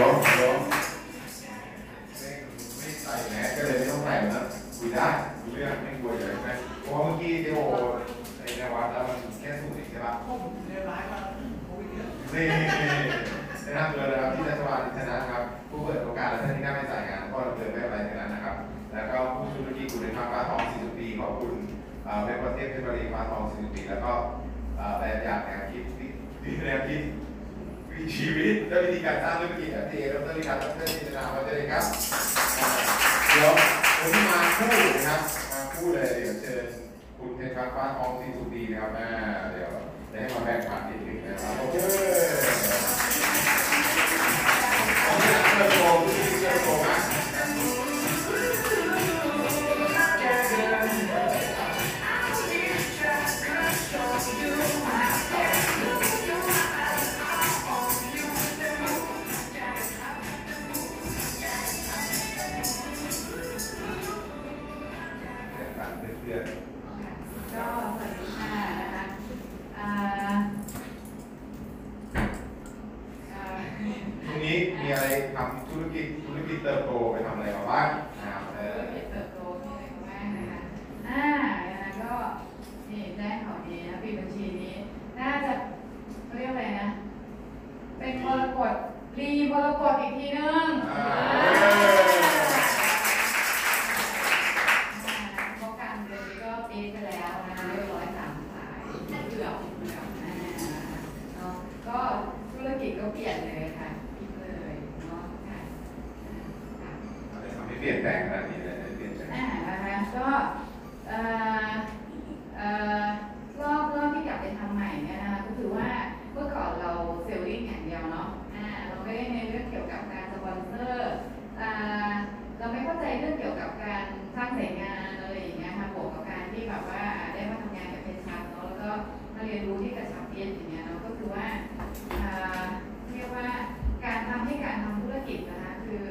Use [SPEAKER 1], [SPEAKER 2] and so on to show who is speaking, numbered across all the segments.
[SPEAKER 1] ไม่ใส่แมสก็เลยไม่ต้องใส่นะคุยได้คุยเรื่องไม่กลัวเลยใช่ไหมเพราะว่าเมื่อกี้เดี๋ยวในนวัดแล้วมันแค่สูตรเองใช่ปะ
[SPEAKER 2] เรียบร้อยมา
[SPEAKER 1] นี่นะครับเลยนะครับที่รัฐบาลชนะครับผู้เปิดโอกาสและท่านที่น่าไม่จ่ายงานก็ดำเนินไม่อะไรในนั้นนะครับแล้วก็ผู้ธุรกิจคุณในภาคฟ้าทอง40 ปีขอบคุณเว็บประเทศเป็นบริฟ้าทอง40 ปีแล้วก็แบบอย่างแนวคิดชีวิตและวิธีการสร้างธุรกิจแบบที่เราต้องมีการต้องจินตนาไว้เลยครับเดี๋ยววันนี้มาคู่นะครับมาคู่เลยเดี๋ยวเชิญคุณเทพฟ้าทอง40 ปีนะครับเดี๋ยวจะให้มาแบ่งปันนิดนึงนะครับโอเคผมอยากเชิญโชว์ที่เชิญโชว์นะ
[SPEAKER 3] ก็สวัสดีค่ะนะคะ
[SPEAKER 1] ตรงนี้มีอะไรทำธุรกิจเติบโตไปทำอะไรมาบ้างนะครับ
[SPEAKER 3] ธุรกิจเติบโตมีอะไรบ้างนะคะก็นี่แจ้งข่าวดีนะปีบัญชีนี้น่าจะเรียกอะไรนะเป็นมรกตมรกตอีกทีนึงเพราะการเดือนนี้ก็ปีไปแล้วนะคะเรียบร้อย3 สายเกือบเนาะก็ธุรกิจก็เปลี่ยนเลยค่ะพิกเลยเนาะค่ะ
[SPEAKER 1] อะไรทำให้เปลี่ยนแปลงขนาดนี้เลยเปลี่ยนแปลง
[SPEAKER 3] นะคะก็รอบที่กลับไปทำใหม่เนี่ยนะคะก็คือว่าเมื่อก่อนเราเซลลิ่งอย่างเดียวเนาะเราไม่ได้ในเรื่องเกี่ยวกับการสปอนเซอร์เราไม่เข้าใจเรื่องเกี่ยวกับการสร้างสายงานอะไรอย่างเงี้ยค่ะบวกกับการที่แบบว่าได้มาทำงานกับเพชรชัดเนาะแล้วก็มาเรียนรู้ที่กระชับเย็นอย่างเงี้ยเนาะก็คือว่าเรียกว่าการทำให้การทำธุรกิจนะคะคือ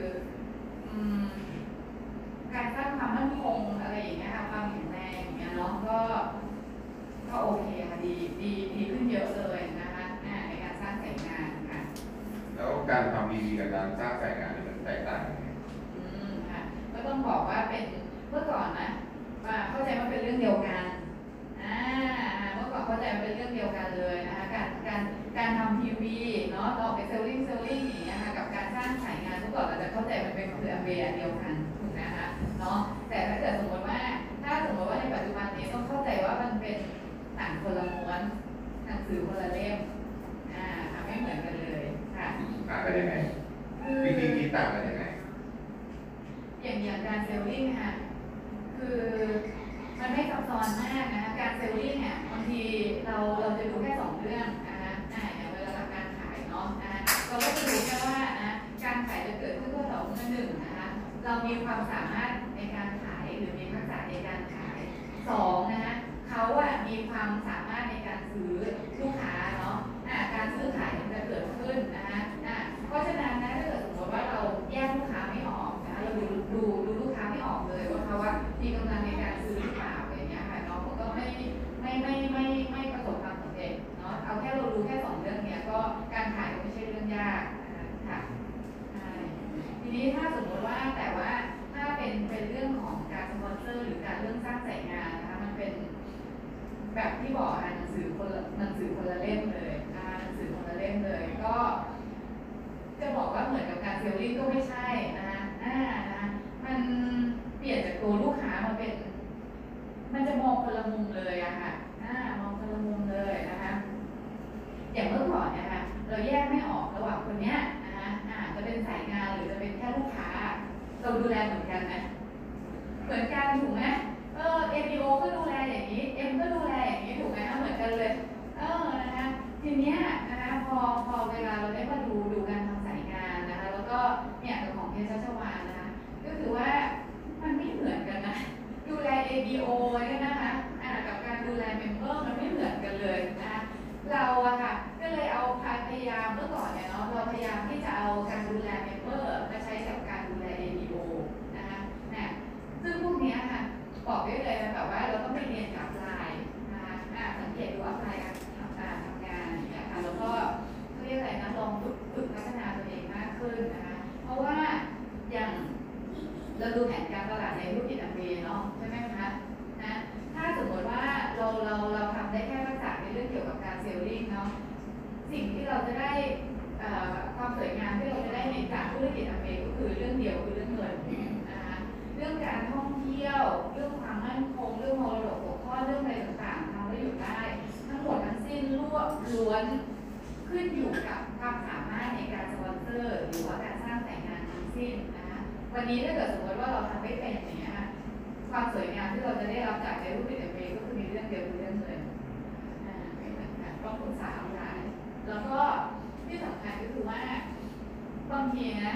[SPEAKER 3] การสร้างความมั่นคงอะไรอย่างเงี้ยค่ะความแข็งแรงอย่างเงี้ยเนาะก็โอเคค่ะดีขึ้นเยอะเลยนะคะในการสร้างสายงานค่ะ
[SPEAKER 1] แล้วการทำดีกับการสร้างสายงานมันแตกต่างกันไหม
[SPEAKER 3] ค่ะก็ต้องบอกว่าเป็นเมื่อก่อนนะเข้าใจว่าเป็นเรื่องเดียวกันเมื่อก่อนเข้าใจว่าเป็นเรื่องเดียวกันเลยนะคะการทำทีวีเนาะออกไปเซลลิ่งอย่างเงี้ยค่ะกับการสร้างสายงานเมื่อก่อนเราจะเข้าใจมันเป็นคือเดียวกันถูกนะคะเนาะแต่ถ้าเกิดสมมติว่าในปัจจุบันนี้ต้องเข้าใจว่ามันเป็นหนังคนละม้วนหนังสือคนละเล่มไม่เหมือนกันเลยค่ะ
[SPEAKER 1] ต่างกันยังไงวิธีคิดต่างกันยังไง
[SPEAKER 3] อย่างการเซลลิ่งค่ะคือมันไม่ซับซ้อนมากนะคะการเซลลิ่งเนี่ยบางทีเราจะดูแค่2 เรื่องนะคะอย่างเวลาทำการขายเนาะเราก็จะดูแค่ว่าการขายจะเกิดขึ้นเพื่อ2 เมื่อ 1นะคะเรามีความสามารถในการขายหรือมีทักษะในการขาย2นะคะเขามีความสามารถในการซื้อลูกค้าเนาะการซื้อขายจะเกิดขึ้นนะคะเพราะฉะนั้นนะถ้าเกิดสมมติว่าเราแยกลูกค้าไม่ออกนะคะเราดูลูกค้าไม่ออกเลยว่าเขามีกำลังในการซื้อหรือเปล่าอย่างเงี้ยค่ะเนาะก็ไม่ประสบความสำเร็จเนาะเอาแค่เรารู้แค่2 เรื่องเนี้ยก็การขายก็ไม่ใช่เรื่องยากค่ะทีนี้ถ้าสมมติว่าแต่ว่าถ้าเป็นเรื่องของการสปอนเซอร์หรือการเรื่องสร้างสายงานนะคะมันเป็นแบบที่บอกหนังสือคนละเล่มเลยหนังสือคนละเล่มเลยก็จะบอกว่าเหมือนกับการเซลลิ่งก็ไม่ใช่นะคะมันเปลี่ยนจากตัวลูกค้ามันจะมองคนละมุมเลยอะค่ะมองคนละมุมเลยนะคะอย่างเมื่อก่อนเนี่ยค่ะเราแยกไม่ออกระหว่างคนเนี้ยนะคะจะเป็นสายงานหรือจะเป็นแค่ลูกค้าเราดูแลเหมือนกันนะเหมือนกันถูกไหมAPO ก็ดูแลอย่างนี้ M ก็ดูแลอย่างนี้ถูกไหมเหมือนกันเลยนะคะทีเนี้ยนะคะพอเวลาเราได้มาดูการทำสายงานนะคะแล้วก็เนี่ยของเพชรชัชวาลนะคะก็คือว่ามันไม่เหมือนกันนะดูแล APO เนี่ยนะคะกับการดูแลเมมเบอร์มันไม่เหมือนกันเลยนะคะเราค่ะก็เลยเอาพยายามเมื่อก่อนเนี่ยเนาะเราพยายามที่จะเอาการดูแลเมมเบอร์มาใช้กับการดูแล APO นะคะซึ่งพวกนี้ค่ะบอกได้เลยนะแบบว่าเราต้องไปเรียนกับไลน์นะคะสังเกตดูว่าไลน์ทำงานอย่างเงี้ยค่ะแล้วก็เขาเรียกอะไรนะลองฝึกพัฒนาตัวเองมากขึ้นนะคะในธุรกิจอันเวเนาะใช่ไหมคะนะถ้าสมมติว่าเราทำได้แค่ทักษะในเรื่องเกี่ยวกับการเซลลิ่งเนาะสิ่งที่เราจะได้ความสวยงามที่เราจะได้ในจากธุรกิจอันเวก็คือเรื่องเดียวคือเรื่องเงินนะคะเรื่องการท่องเที่ยวเรื่องความมั่นคงเรื่องมรดกตกทอดเรื่องอะไรต่างๆทำได้อยู่ได้ทั้งหมดทั้งสิ้นล้วนขึ้นอยู่กับความสามารถในการสปอนเซอร์หรือว่าการสร้างแต่งงานทั้งสิ้นนะคะวันนี้ถ้าเกิดสมมติว่าเราทำไม่เป็นอย่างเงี้ยความสวยงามที่เราจะได้รับจากในธุรกิจอันเวก็คือมีเรื่องเดียวคือเรื่องเงินไม่เหมือนกันต้องปรึกษาได้แล้วก็ที่สำคัญก็คือว่าบางทีนะ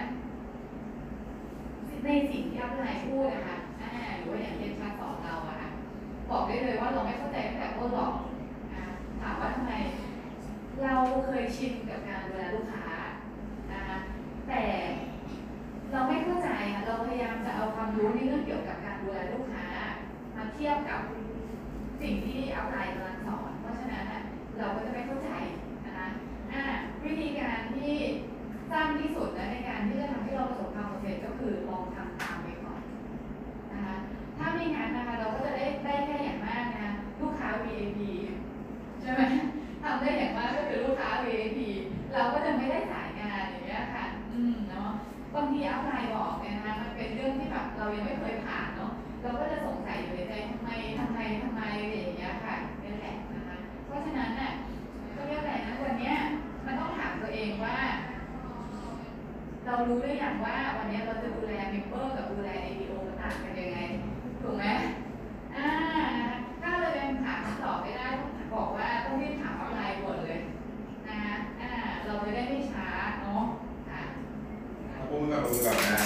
[SPEAKER 3] ในสิ่งที่อัพไลน์พูดนะคะหรือว่าอย่างเช่นชาสอนเราอะค่ะบอกได้เลยว่าเราไม่เข้าใจตั้งแต่ต้นหรอกถามว่าทำไมเราเคยชินกับการดูแลลูกค้านะคะแต่เราไม่เข้าใจเราพยายามจะเอาความรู้ในเรื่องเกี่ยวกับการดูแลลูกค้ามาเทียบกับสิ่งที่อัพไลน์กำลังสอนเพราะฉะนั้นเราก็จะไม่เข้าใจนะคะวิธีการที่สั้นที่สุดและในการที่จะทำให้เราประสบความสำเร็จก็คือลองทำตามไปก่อนนะคะถ้าไม่งั้นนะคะเราก็จะได้แค่อย่างมากนะลูกค้า VIP ใช่ไหมทำได้อย่างมากก็คือลูกค้า VIP เราก็จะไม่ได้สายงานอย่างเงี้ยค่ะเนาะบางทีอัพไลน์บอกเนี่ยนะคะมันเป็นเรื่องที่แบบเรายังไม่เคยผ่านเนาะเราก็จะสงสัยอยู่ในใจทำไมอะไรอย่างเงี้ยค่ะนี่แหละนะคะเพราะฉะนั้นน่ะก็เรียกอะไรนะวันเนี้ยมันต้องถามตัวเองว่าเรารู้หรือยังว่าวันนี้เราจะดูแลเมมเบอร์กับดูแล ADO มันต่างกันยังไงถูกไหมถ้าเรายังถามตอบไม่ได้ต้องบอกว่าต้องรีบถามออนไลน์ก่อนเลยนะเราจะได้ไม่ช้าเนาะ
[SPEAKER 1] พูดกับนะ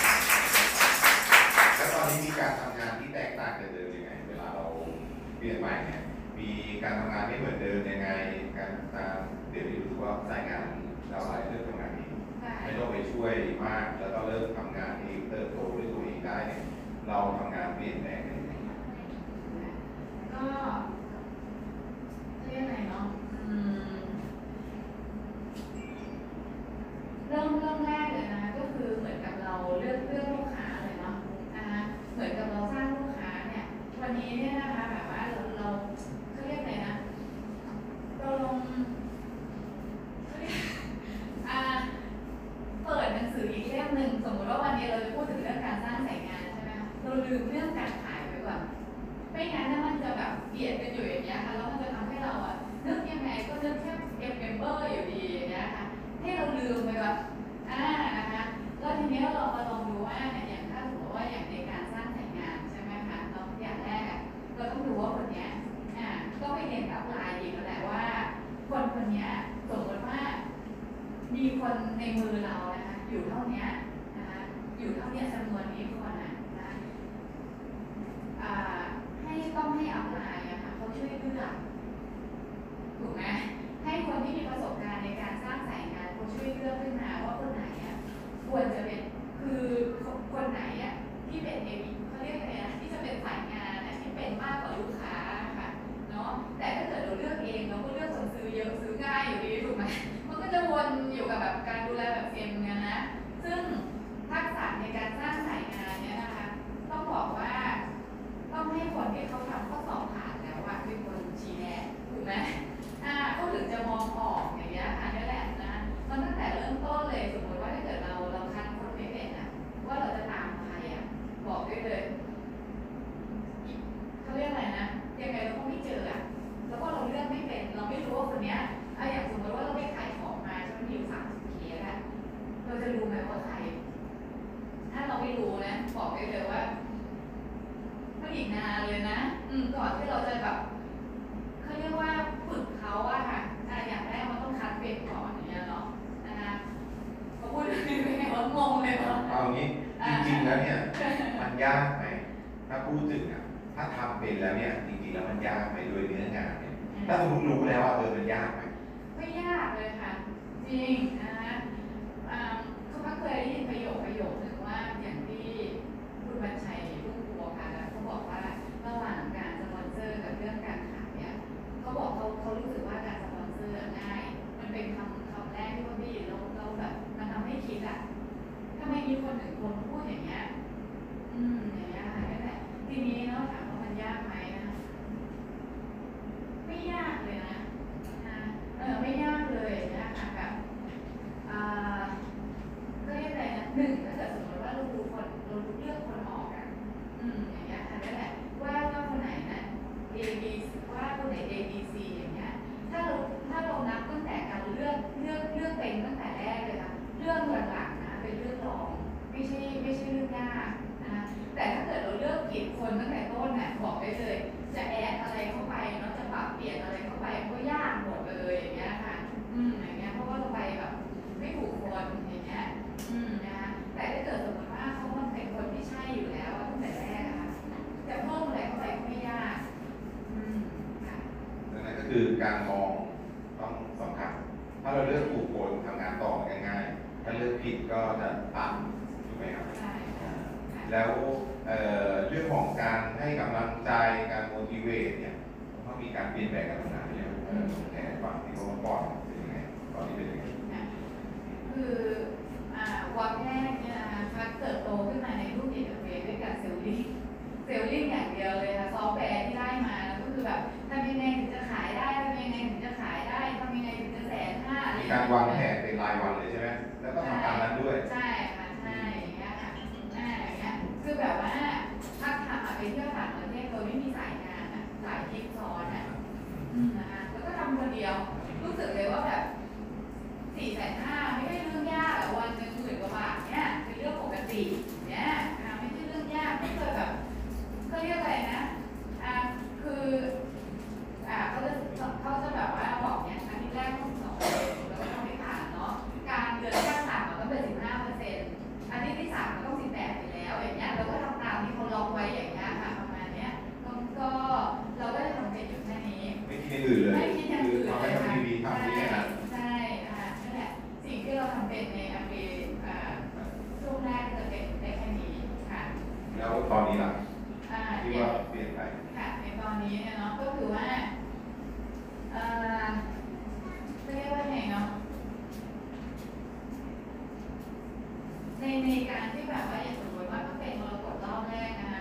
[SPEAKER 1] แล้วตอนนี้มีการทำงานที่แตกต่างจากเดิมยังไงเวลาเราเปลี่ยนใหม่เนี่ยมีการทำงานไม่เหมือนเดิมยังไงการเดี๋ยวนี้รู้ว่าสายงานเราหลายเรื่องทำงานเองไม่ต้องไปช่วยมากแล้วก็เริ่มทำงานเองเติบโตด้วยตัวเองได้เนี่ยเราทำงานเปลี่ยนแปลงยังไง
[SPEAKER 3] ก็เรียกอะไรเนาะเริ่มแรกเลยนะก็คือเหมือนกับเราเลือกลูกค้าเลยเนาะเหมือนกับเราสร้างลูกค้าเนี่ยวันนี้เนี่ยนะคะแบบว่าเราเขาเรียกอะไรนะเราลงเปิดหนังสืออีกเล่มหนึ่งสมมติว่าวันนี้เราจะพูดถึงเรื่องการสร้างสายงานใช่ไหมเราลืมเรื่องการขายไปก่อนไม่งั้นถ้ามันจะแบบเบียดกันอยู่อย่างเงี้ยค่ะแล้วมันจะทำให้เรานึกยังไงก็นึกแค่เก็บเมมเบอร์อยู่ดีอย่างเงี้ยค่ะให้เราลืมไปว่านะคะแล้วทีนี้เรามาลองดูว่าอย่างถ้าสมมติว่าอย่างในการสร้างสายงานใช่ไหมคะเราอย่างแรกเราต้องดูว่าคนเนี้ยก็ไปเรียนกับไลน์อีกแล้วแหละว่าคนเนี้ยสมมติว่ามีคนในมือเรานะคะอยู่เท่านี้นะคะอยู่เท่านี้จำนวนนี้คนให้ต้องให้อัพไลน์ค่ะเขาช่วยเลือกถูกไหมให้คนที่มีประสบการณ์ในการสร้างสายงานเขาช่วยเลือกขึ้นมาว่าคนไหนควรจะเป็นคือคนไหนที่เป็นเขาเรียกอะไรที่จะเป็นสายงานที่เป็นมากกว่าลูกค้าค่ะเนาะแต่ถ้าเกิดเราเลือกเองเราก็เลือกคนซื้อเยอะซื้อง่ายอยู่ดีถูกไหมมันก็จะวนอยู่กับแบบการดูแลแบบเซมกันนะซึ่งทักษะในการสร้างสายงานเนี่ยนะคะต้องบอกว่าต้องให้คนที่เขาทำข้อสอบผ่านแล้วเป็นคนชี้แนะถูกไหมเขาถึงจะมองออกอย่างเงี้ยค่ะนี่แหละนะมันตั้งแต่เริ่มต้นเลยสมมติว่าถ้าเกิดเราคัดคนไม่เป็นว่าเราจะตามใครบอกได้เลยเขาเรียกอะไรนะยังไงเราก็ไม่เจอแล้วก็เราเลือกไม่เป็นเราไม่รู้ว่าคนเนี้ยอย่างสมมติว่าเราไปขายของมาจนมีอยู่30 เคสเราจะรู้ไหมว่าใครถ้าเราไม่รู้นะบอกได้เลยว่ามันอีกนานเลยนะก่อนที่เราจะแบบเขาเรียกว่าฝึกเขาค่ะอย่างแรกมันต้องคัดเป็นก่อนอย่างเงี้ยเนาะนะคะเขาพูดเป็นไงว่างงเลยเนาะ
[SPEAKER 1] เอางี้จริงๆแล้วเนี่ยมันยากไหมถ้าพูดถึงถ้าทำเป็นแล้วเนี่ยจริงๆแล้วมันยากไหมโดยเนื้องานเนี่ยถ้าสมมติรู้แล้วว่ามันยากไหม
[SPEAKER 3] ไม่ยากเลยค่ะจริงนะคะเขาเคยได้ยินประโยคหนึ่งว่าอย่างที่คุณบัญชัยรุ่งบัวค่ะเขาบอกว่าระหว่างการสปอนเซอร์กับเรื่องการขายเนี่ยเขาบอกเขารู้สึกว่าการสปอนเซอร์ง่ายมันเป็นคำแรกที่เขาได้ยินเราแบบมันทำให้คิดทำไมมีคนหนึ่งคนพูดอย่างเงี้ยอย่างเงี้ยค่ะหนึ่งถ้าเกิดสมมติว่าเราดูเลือกคนออกอ่ะอย่างเงี้ยค่ะนั่นแหละว่าคนไหนนะ A B ว่าคนไหน A B C อย่างเงี้ยถ้าเรานับตั้งแต่การเลือกเป็นตั้งแต่แรกเลยค่ะเรื่องหลักๆนะเป็นเรื่องรองไม่ใช่เรื่องยากนะแต่ถ้าเกิดเราเลือกผิดคนตั้งแต่ต้นน่ะบอกได้เลยจะแอดอะไรเข้าไปเนาะจะปรับเปลี่ยนอะไรเข้าไปก็ยากหมดเลยอย่างเงี้ยค่ะอย่างเงี้ยเพราะว่าเราไปแบบไม่ถูกคนอย่างเงี้ยนะคะแต่ถ้าเกิดสมมติว่าเขามันเป็นคนที่ใช่อยู่แล้วตั้งแต่แรกอะจะเพิ่มอะไรเข้าไปก็ไม่ยากค่ะ
[SPEAKER 1] นั่นก็คือการมองต้องสำคัญถ้าเราเลือกถูกคนทำงานต่อง่ายๆถ้าเลือกผิดก็จะตันถูกไหมครับ
[SPEAKER 3] ใช่
[SPEAKER 1] แล้วเรื่องของการให้กำลังใจการ motivate เนี่ยต้องมีการเปลี่ยนแปลงการทำงานเนี่ยแทนฝั่งที่เขาก่อนเป็นยังไงตอนนี้เป็นยังไง
[SPEAKER 3] คือวันแรกเนี่ยนะคะเติบโตขึ้นมาในธุรกิจเฟสด้วยการเซลลิ่งอย่างเดียวเลยค่ะซอฟต์แวร์ที่ได้มาก็คือแบบทำยังไงถึงจะขายได้ทำยังไงถึงจะขายได้ทำยังไงถึงจะ150,000อะไร
[SPEAKER 1] การวางแผนเป็นรายวันเลยใช่ไหมแล้วก็ทำตามนั้นด้วย
[SPEAKER 3] ใช่ค่ะใช่อย่างเงี้ยค่ะอย่างเงี้ยคือแบบว่าถ้าทำไปเที่ยวต่างประเทศโดยไม่มีสายงานสายทิปซ้อนนะคะแล้วก็ทำคนเดียวรู้สึกเลยว่าแบบ450,000ไม่ใช่เรื่องยากวันหนึ่ง10,000 กว่าบาทเนี่ยเป็นเรื่องปกติเนี่ยไม่ใช่เรื่องยากไม่เคยแบบเขาเรียกอะไรนะคือเขาจะแบบว่าบอกเนี่ยอาทิตย์แรกต้อง2%แล้วก็ทำให้ผ่านเนาะการเดือนขั้นต่ำมันต้องเป็น15%อาทิตย์ที่3มันต้อง18ไปแล้วอย่างเงี้ยเราก็ทำตามที่เขาล็อกไว้อย่างเงี้ยค่ะประมาณเนี้ยก็เราก็จะทำเป็นอยู่แค่นี้
[SPEAKER 1] ไม่คิดอย่างอื่นเลย
[SPEAKER 3] ไม่คิดอย่างอื่น
[SPEAKER 1] ทำให้ทำทีวีทำที่แค่นั้น
[SPEAKER 3] ใช่นั่นแหละสิ่งที่เราทำเป็นในอเมริกาช่วงแรกจะเป็นได้แค่นี้ค่ะ
[SPEAKER 1] แล้วตอนนี้ล่ะที่ว่าเปลี่ยนไป
[SPEAKER 3] ค่ะในตอนนี้เนี่ยเนาะก็คือว่าเรียกว่าไงเนาะในการที่แบบว่าอย่างสมมติว่าก็เป็นมรกตรอบแรกนะคะ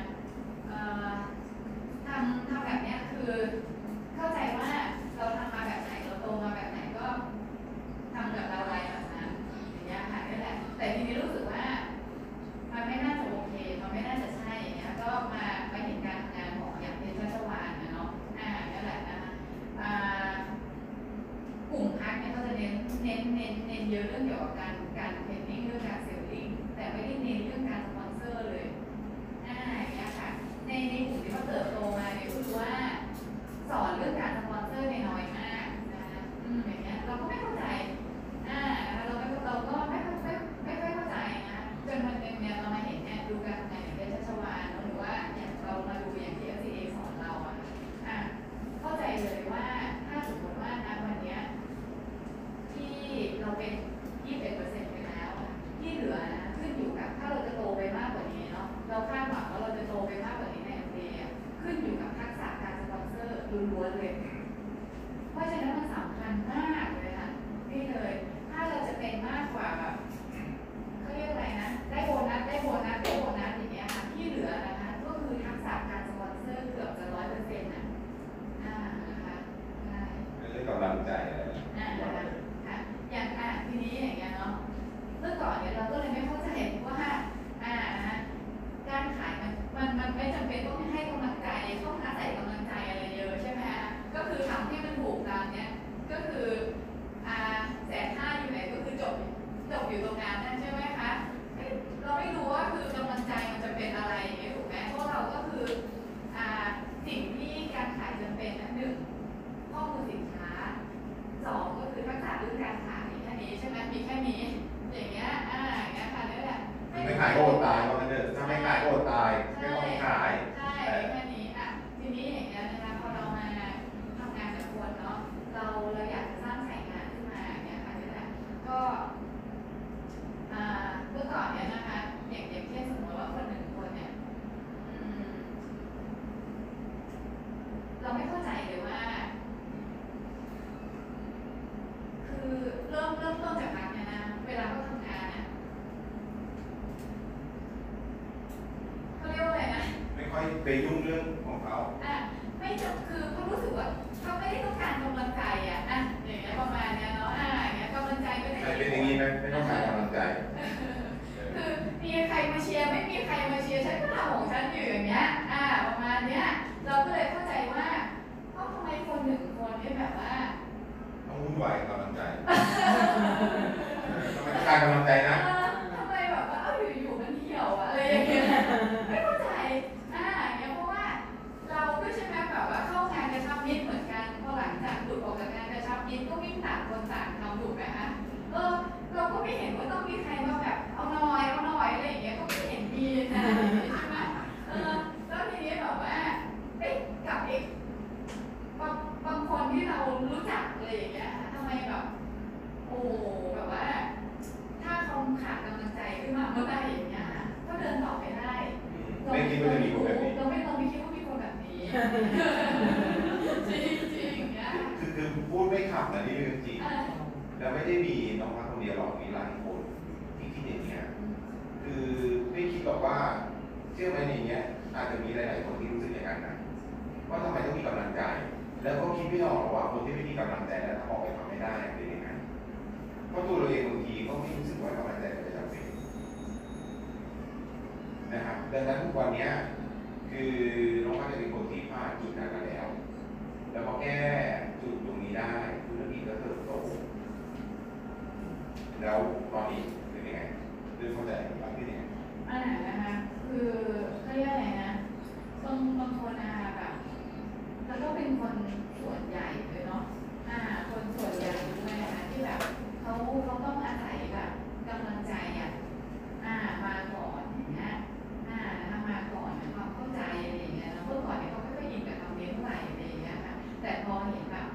[SPEAKER 3] ทำแบบนี้คือเข้าใจว่าเราทำมาแบบไหนเราโตมาแบบไหนก็ทำกับเราอะไรแบบนั้นอย่างเงี้ยค่ะนั่นแหละแต่ทีนี้รู้สึกว่ามันไม่น่าจะโอเคมันไม่น่าจะใช่อย่างเงี้ยก็มาเห็นการทำงานของอย่างเป็นชัชวาลนะเนาะนั่นแหละนะคะกลุ่มพักเนี่ยเขาจะเน้นเยอะเรื่องเกี่ยวกับการเทรนนิ่งเรื่องการเซลลิ่งแต่ไม่ได้เน้นเรื่องการสปอนเซอร์เลยอย่างเงี้ยค่ะในกลุ่มที่เขาเติบโตมาเนี่ยก็คือว่าสอนเรื่องการสปอนเซอร์น้อยมากนะคะอย่างเงี้ยเราก็ไม่เข้าใจเราก็ไม่ค่อยเข้าใจนะจนวันหนึ่งเนี่ยเรามาเห็นเนี่ยดูการทำงานอย่างเดชชัชวาลหรือว่าอย่างเรามาดูอย่างที่ LCA สอนเราเข้าใจเลยว่าถ้าสมมติว่าวันนี้ที่เราเป็น21%ไปแล้วที่เหลือนะขึ้นอยู่กับถ้าเราจะโตไปมากกว่านี้เนาะเราคาดหวังว่าเราจะโตไปมากกว่านี้ใน MBA ขึ้นอยู่กับทักษะการสปอนเซอร์ล้วนๆเลยเพราะฉะนั้นมันสำคัญมากเลยค่ะนี่เลยถ้าเราจะเป็นมากกว่าแบบเขาเรียกอะไรนะได้โบนัสอย่างเงี้ยค่ะที่เหลือนะคะก็คือทักษะการสปอนเซอร์เกือบจะ100%นะคะ
[SPEAKER 1] เรื่องกำลังใจอะไร
[SPEAKER 3] อย่างทีนี้อย่างเงี้ยเนาะเมื่อก่อนเนี่ยเราก็เลยไม่เข้าใจว่าการขายมันไม่จำเป็นต้องให้กำลังใจต้องอาศัยกำลังใจอะไรเยอะใช่ไหมก็คือทำให้มันถูกตามเนี้ยก็คือ150,000อยู่ไหนก็คือจบอยู่ตรงนั้นนั่นใช่ไหมคะเราไม่รู้ว่าคือกำลังใจมันจะเป็นอะไรอย่างเงี้ยถูกไหมเพราะเราก็คือสิ่งที่การขายจำเป็นนะ1ข้อมูลสินค้า2ก็คือทักษะเรื่องการขายแค่นี้ใช่ไหมมีแค่นี้อย่างเงี้ยอย่างเงี้ยค่ะนี่แหละ
[SPEAKER 1] ไม่ขายก็อดตายว่างั้นเถอะถ้าไม่ขายก็อดตายไม่ต้องขาย
[SPEAKER 3] ใช่แค่นี้ทีนี้อย่างเงี้ยนะคะพอเรามาทำงานกับคนเนาะเราอยากจะสร้างสายงานขึ้นมาอย่างเงี้ยค่ะนี่แหละก็เมื่อก่อนเนี่ยนะคะอย่างเช่นสมมติว่าคน1 คนเนี่ยเราไม่เข้าใจเลยว่าคือเริ่มต้นจากพักเนี่ยนะเวลาเขาทำงานเนี่ยเขาเรียกว่าอะไรนะ
[SPEAKER 1] ไม่ค่อยไปยุ่งเรื่องของเขา
[SPEAKER 3] ไม่จบคือเขารู้สึกว่าเขาไม่ได้ต้องการกำลังใจอย่างเงี้ยประมาณเนี้ยเนาะอย่างเงี้ยกำลังใจไม่ได้
[SPEAKER 1] เป็นอย่างนี้ไหมไม่ต้องการกำลังใจ
[SPEAKER 3] คือ
[SPEAKER 1] ำลังใจนะ
[SPEAKER 3] ทำไมแบบว่าอยู่ๆมันเหี่ยวอะไรอย่างเงี้ยไม่เข้าใจเนี่ยเพราะว่าเราก็ใช่ไหมแบบว่าเข้างานกระชับมิตรเหมือนกันพอหลังจากหลุดออกจากงานกระชับมิตรก็วิ่งต่างคนต่างทำถูกไหมคะเราก็ไม่เห็นว่าต้องมีใครมาแบบเอาหน่อยอะไรอย่างเงี้ยก็ไม่เห็นมีนะใช่ไหมแล้วทีนี้แบบว่ากับอีกบางคนที่เรารู้จักอะไรอย่างเงี้ยทำไมแบบโอ้แบบว่าถ้าเขาขาดกำลังใจขึ้นมาเมื่อไหร่อย่างเงี้ยก็เดินต่อไม่ได้
[SPEAKER 1] ไม่คิดว่าจะมีคนแบบนี้
[SPEAKER 3] เราไม่คิดว่ามีคนแบบนี้จริงๆเนี่ย
[SPEAKER 1] คือพูดไม่ขับนะนี่เรื่องจริงแล้วไม่ได้มีน้องพักคนเดียวหรอกมีหลายคนที่คิดอย่างเงี้ยคือไม่คิดหรอกว่าเชื่อไหมในเนี้ยอาจจะมีหลายๆคนที่รู้สึกอย่างนั้นนะว่าทำไมต้องมีกำลังใจแล้วก็คิดไม่ออกว่าคนที่ไม่มีกำลังใจแล้วถ้าออกไปทำไม่ได้เป็นยังไงเพราะตัวเราเองบางทีก็ไม่รู้สึกว่ากำลังใจมันจะจำเป็นนะครับดังนั้นทุกวันนี้คือน้องพักจะเป็นคนที่ผ่านจุดนั้นมาแล้วแล้วพอแก้จุดตรงนี้ได้ธุรกิจก็เติบโตแล้วตอนนี้เป็นยังไงเรื่องเข้าใจรับที่ยังไง
[SPEAKER 3] นะคะคือเขาเรียกอะไรนะบางคนแบบแล้วก็เป็นคนส่วนใหญ่เลยเนาะคนส่วนใหญ่ด้วยนะคะที่แบบเขาต้องอาศัยแบบกำลังใจมาก่อนอย่างเงี้ยมาก่อนความเข้าใจอะไรอย่างเงี้ยแล้วเมื่อก่อนเนี่ยเขาไม่ค่อยอินกับคำนี้เท่าไหร่อะไรอย่างเงี้ยค่ะแต่พอเห็นแบบ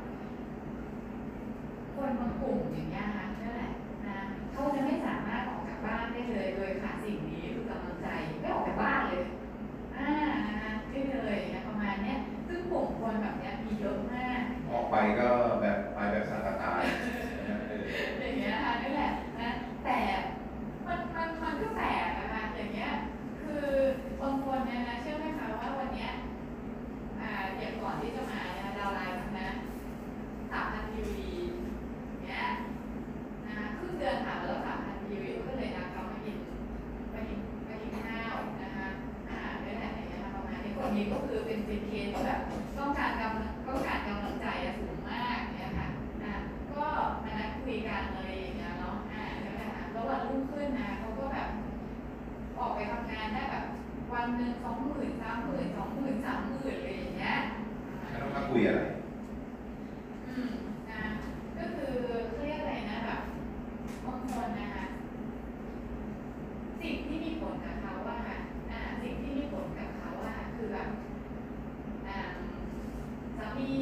[SPEAKER 3] คนบางกลุ่มอย่างเงี้ยค่ะนั่นแหละเขาจะไม่สามารถออกจากบ้านได้เลยโดยขาดสิ่งนี้คือกำลังใจไม่ออกจากบ้านเลยไม่เลยประมาณเนี้ยซึ่งกลุ่มคนแบบเนี้ยมีเยอะมาก
[SPEAKER 1] ออกไปก็แบบไปแบบสังกัดตาย
[SPEAKER 3] อย่างเงี้ยนี่แหละนะแต่มันก็แปลกนะคะอย่างเงี้ยคือบางคนเนี่ยนะเชื่อไหมคะว่าวันเนี้ยอย่างก่อนที่จะมาเนี่ยดาวไลน์นะ3,000 PV เนี่ยครึ่งเดือนผ่านมาแล้ว3,000 PV ก็เลยนัดเขามากินข้าวนะคะนี่แหละอย่างเงี้ยประมาณนี้คนนี้ก็คือเป็นเคสที่แบบต้องการกำลังใจสูงมากเนี่ยค่ะก็มานัดคุยกันอะไรอย่างเงี้ยเนาะใช่ไหมคะแล้ววันรุ่งขึ้นเขาก็แบบออกไปทำงานได้แบบวันหนึ่ง20,000 30,000 20,000 30,000อะไรอย่างเงี้ย
[SPEAKER 1] แล้วมาคุยอะไร
[SPEAKER 3] ก็คือเรียกอะไรนะแบบบางคนนะคะสิ่งที่มีผลกับเขาสิ่งที่มีผลกับเขาคือแบบสามี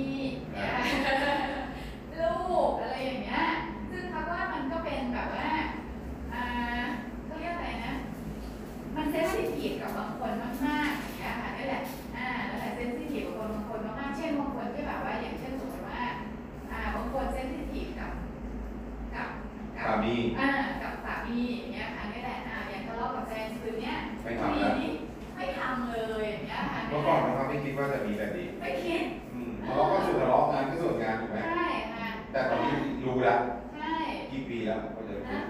[SPEAKER 3] ลูกอะไรอย่างเงี้ยซึ่งเขาว่ามันก็เป็นแบบว่าเขาเรียกอะไรนะมันเซนซิทีฟกับบางคนมากๆอย่างเงี้ยค่ะนั่นแหละนั่นแหละเซนซิทีฟกับบางคนมากๆเช่นบางคนที่แบบว่าอย่างเช่นสมมติว่าบางคนเซนซิทีฟกับ
[SPEAKER 1] สามี
[SPEAKER 3] กับสามีอย่างเงี้ยค่ะนี่แหละอย่างทะเลาะกับแฟนคืนเนี้ย
[SPEAKER 1] ไม่ทำแล้ว
[SPEAKER 3] ไม่ทำเลยอย่างเงี้ยค่ะ
[SPEAKER 1] เมื่อก่อนนะครับไม่คิดว่าจะมีแบบนี้
[SPEAKER 3] ไม่คิด
[SPEAKER 1] ทะเลาะก็ส่วนทะเลาะงานก็ส่วนงานถูกไหม
[SPEAKER 3] ใช่
[SPEAKER 1] แต่ตอนนี้รู้แล้ว
[SPEAKER 3] ใช่
[SPEAKER 1] กี่ปีแล้วก็จะรู้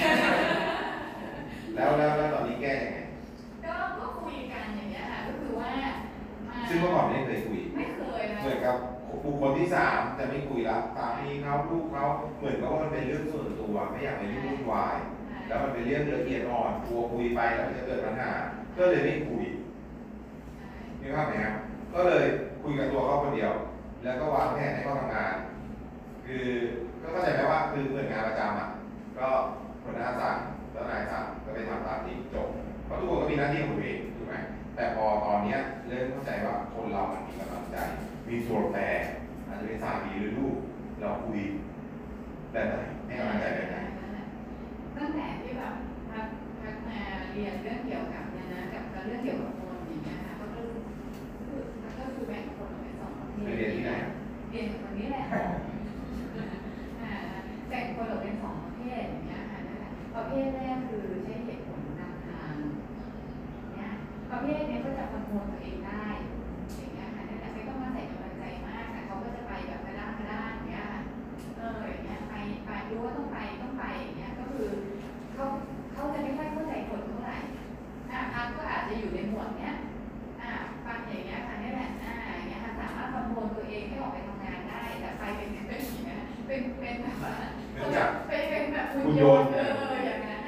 [SPEAKER 1] แล้วตอนนี้แก้ยังไง
[SPEAKER 3] ก็คุยกันอย่างเงี้ยค่ะก็คือว่า
[SPEAKER 1] ซึ่งเมื่อก่อนไม่เคยคุย
[SPEAKER 3] ไม่เคยนะ
[SPEAKER 1] เหมือนกับบุคคลที่3จะไม่คุยแล้วสามีเขาลูกเขาเหมือนกับว่ามันเป็นเรื่องส่วนตัวไม่อยากไปยุ่งวายแล้วมันเป็นเรื่องละเอียดอ่อนกลัวคุยไปแล้วจะเกิดปัญหาก็เลยไม่คุยนี่ภาพไหมครับก็เลยคุยกับตัวเขาคนเดียวแล้วก็วางแผนให้เขาทำงานคือก็เข้าใจไหมว่าคือเหมือนงานประจำก็หัวหน้าสั่งแล้วนายสั่งก็ไปทำตามนี้จบเพราะทุกคนก็มีหน้าที่ของตัวเองถูกไหมแต่พอตอนนี้เริ่มเข้าใจว่าคนเรามันมีกำลังใจมีตัวแปรอาจจะเป็นสามีหรือลูกเราคุยแบบไหนให้กำลังใจแบบไหน
[SPEAKER 3] ตั้งแต่ที่แบบพักมาเรียนเรื่องเกี่ยวกับเนี่ยนะกับเรื่องเกี่ยวกับคนอย่างเงี้ยค่ะก็คือแบ่งคนออกเป็น2 ประเภท
[SPEAKER 1] เรียนที่ไหน
[SPEAKER 3] เรียนกับคนนี้แหละแบ่งคนออกเป็น2 ประเภทอย่างเงี้ยค่ะนั่นแหละประเภทแรกคือใช้เหตุผลนำทางเนี่ยประเภทนี้ก็จะคอนโทรลตัวเองได้อย่างเงี้ยค่ะนั่นแหละไม่ต้องมาใส่กำลังใจมากเขาก็จะไปแบบกระด้างอย่างเงี้ยอย่างเงี้ยไปรู้ว่าต้องไปอย่างเงี้ยก็คือเขาจะไม่ค่อยเข้าใจคนเท่าไหร่พักก็อาจจะอยู่ในหมวดเนี้ยฟังอย่างเงี้ยค่ะนี่แหละอย่างเงี้ยค่ะสามารถคอนโทรลตัวเองให้ออกไปทำงานได้แต่ไปเป็นอย่างเงี้ยเป็นแบบว่าเป็นแบบคุณโยนอย่างนั้น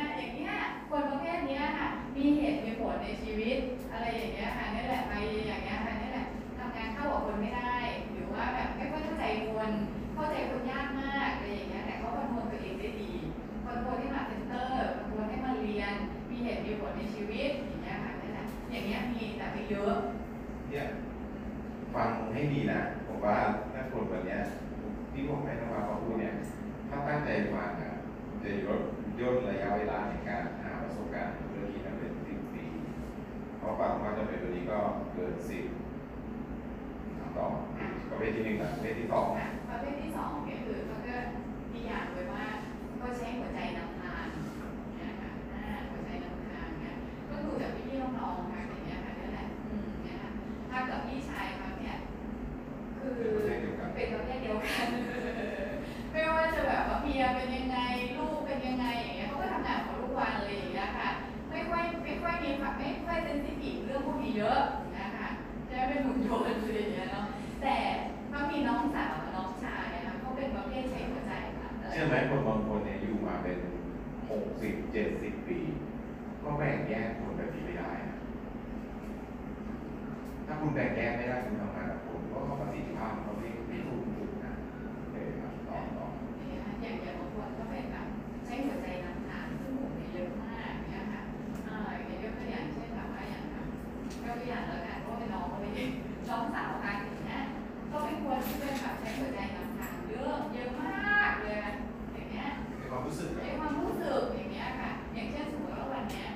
[SPEAKER 3] ชีวิตอย่างเงี้ยค่ะนี่แหละอย่างเงี้ยมีแต่ไม่เยอะ
[SPEAKER 1] เนี่ยฟังให้ดีนะผมว่าถ้าคนวันเนี้ยที่ผมให้น้องมาเขาพูดเนี่ยถ้าตั้งใจฟังอ่ะจะย่นระยะเวลาในการหาประสบการณ์ธุรกิจนั้นเป็น10 ปีเพราะฟังว่าจะเป็นตัวนี้ก็เกิน10ต่อประเภทที่1กับประเภทที่2
[SPEAKER 3] ประเภทที่2เนี่ยคือเขาก็มีอย่างไว้ว่าก็ใช้หัวใจนำทางนะคะหัวใจนำทางเนี่ยก็ดูจากพี่น้องๆค่ะอย่างเงี้ยค่ะนี่แหละเนี่ยค่ะถ้ากับพี่ชายเขาเนี่ยคือเป็นประเภทเดียวกันไม่ว่าจะแบบว่าเมียเป็นยังไงลูกเป็นยังไงอย่างเงี้ยเขาก็ทำงานของลูกวันเลยอย่างเงี้ยค่ะไม่ค่อยมีไม่ค่อยเซนซิทีฟเรื่องพวกนี้เยอะนะคะจะเป็นหุ่นยนต์อะไรอย่างเงี้ยเนาะแต่ถ้ามีน้องสาวน้องชายนะคะเขาเป็นประเภทใช้หัวใจค่ะ
[SPEAKER 1] เชื่อไหมคนบางคนเนี่ยอยู่มาเป็น60-70 ปีก็แบ่งแยกคนแบบนี้ไม่ได้นะถ้าคุณแบ่งแยกไม่ได้คุณทำงานกับคนก็ประสิทธิภาพเขาไม่ถูกนะครับต่อ
[SPEAKER 3] อย่างบางคนก็เป็นแบบใช้หัวใจนำทางซึ่งหมู่เนี่ยเยอะมากเนี่ยค่ะอย่างยกตัวอย่างเช่นแบบว่าอย่างยกตัวอย่างแล้วกันเพราะเป็นน้องเขาไม่ใช่น้องสาวกันอย่างเงี้ยก็เป็นคนที่เป็นแบบใช้หัวใจนำทางเยอะมากเลยอย่างเงี้ย
[SPEAKER 1] ในความรู้สึก
[SPEAKER 3] อย่างเงี้ยค่ะอย่างเช่นสมมติว่าวันเนี้ย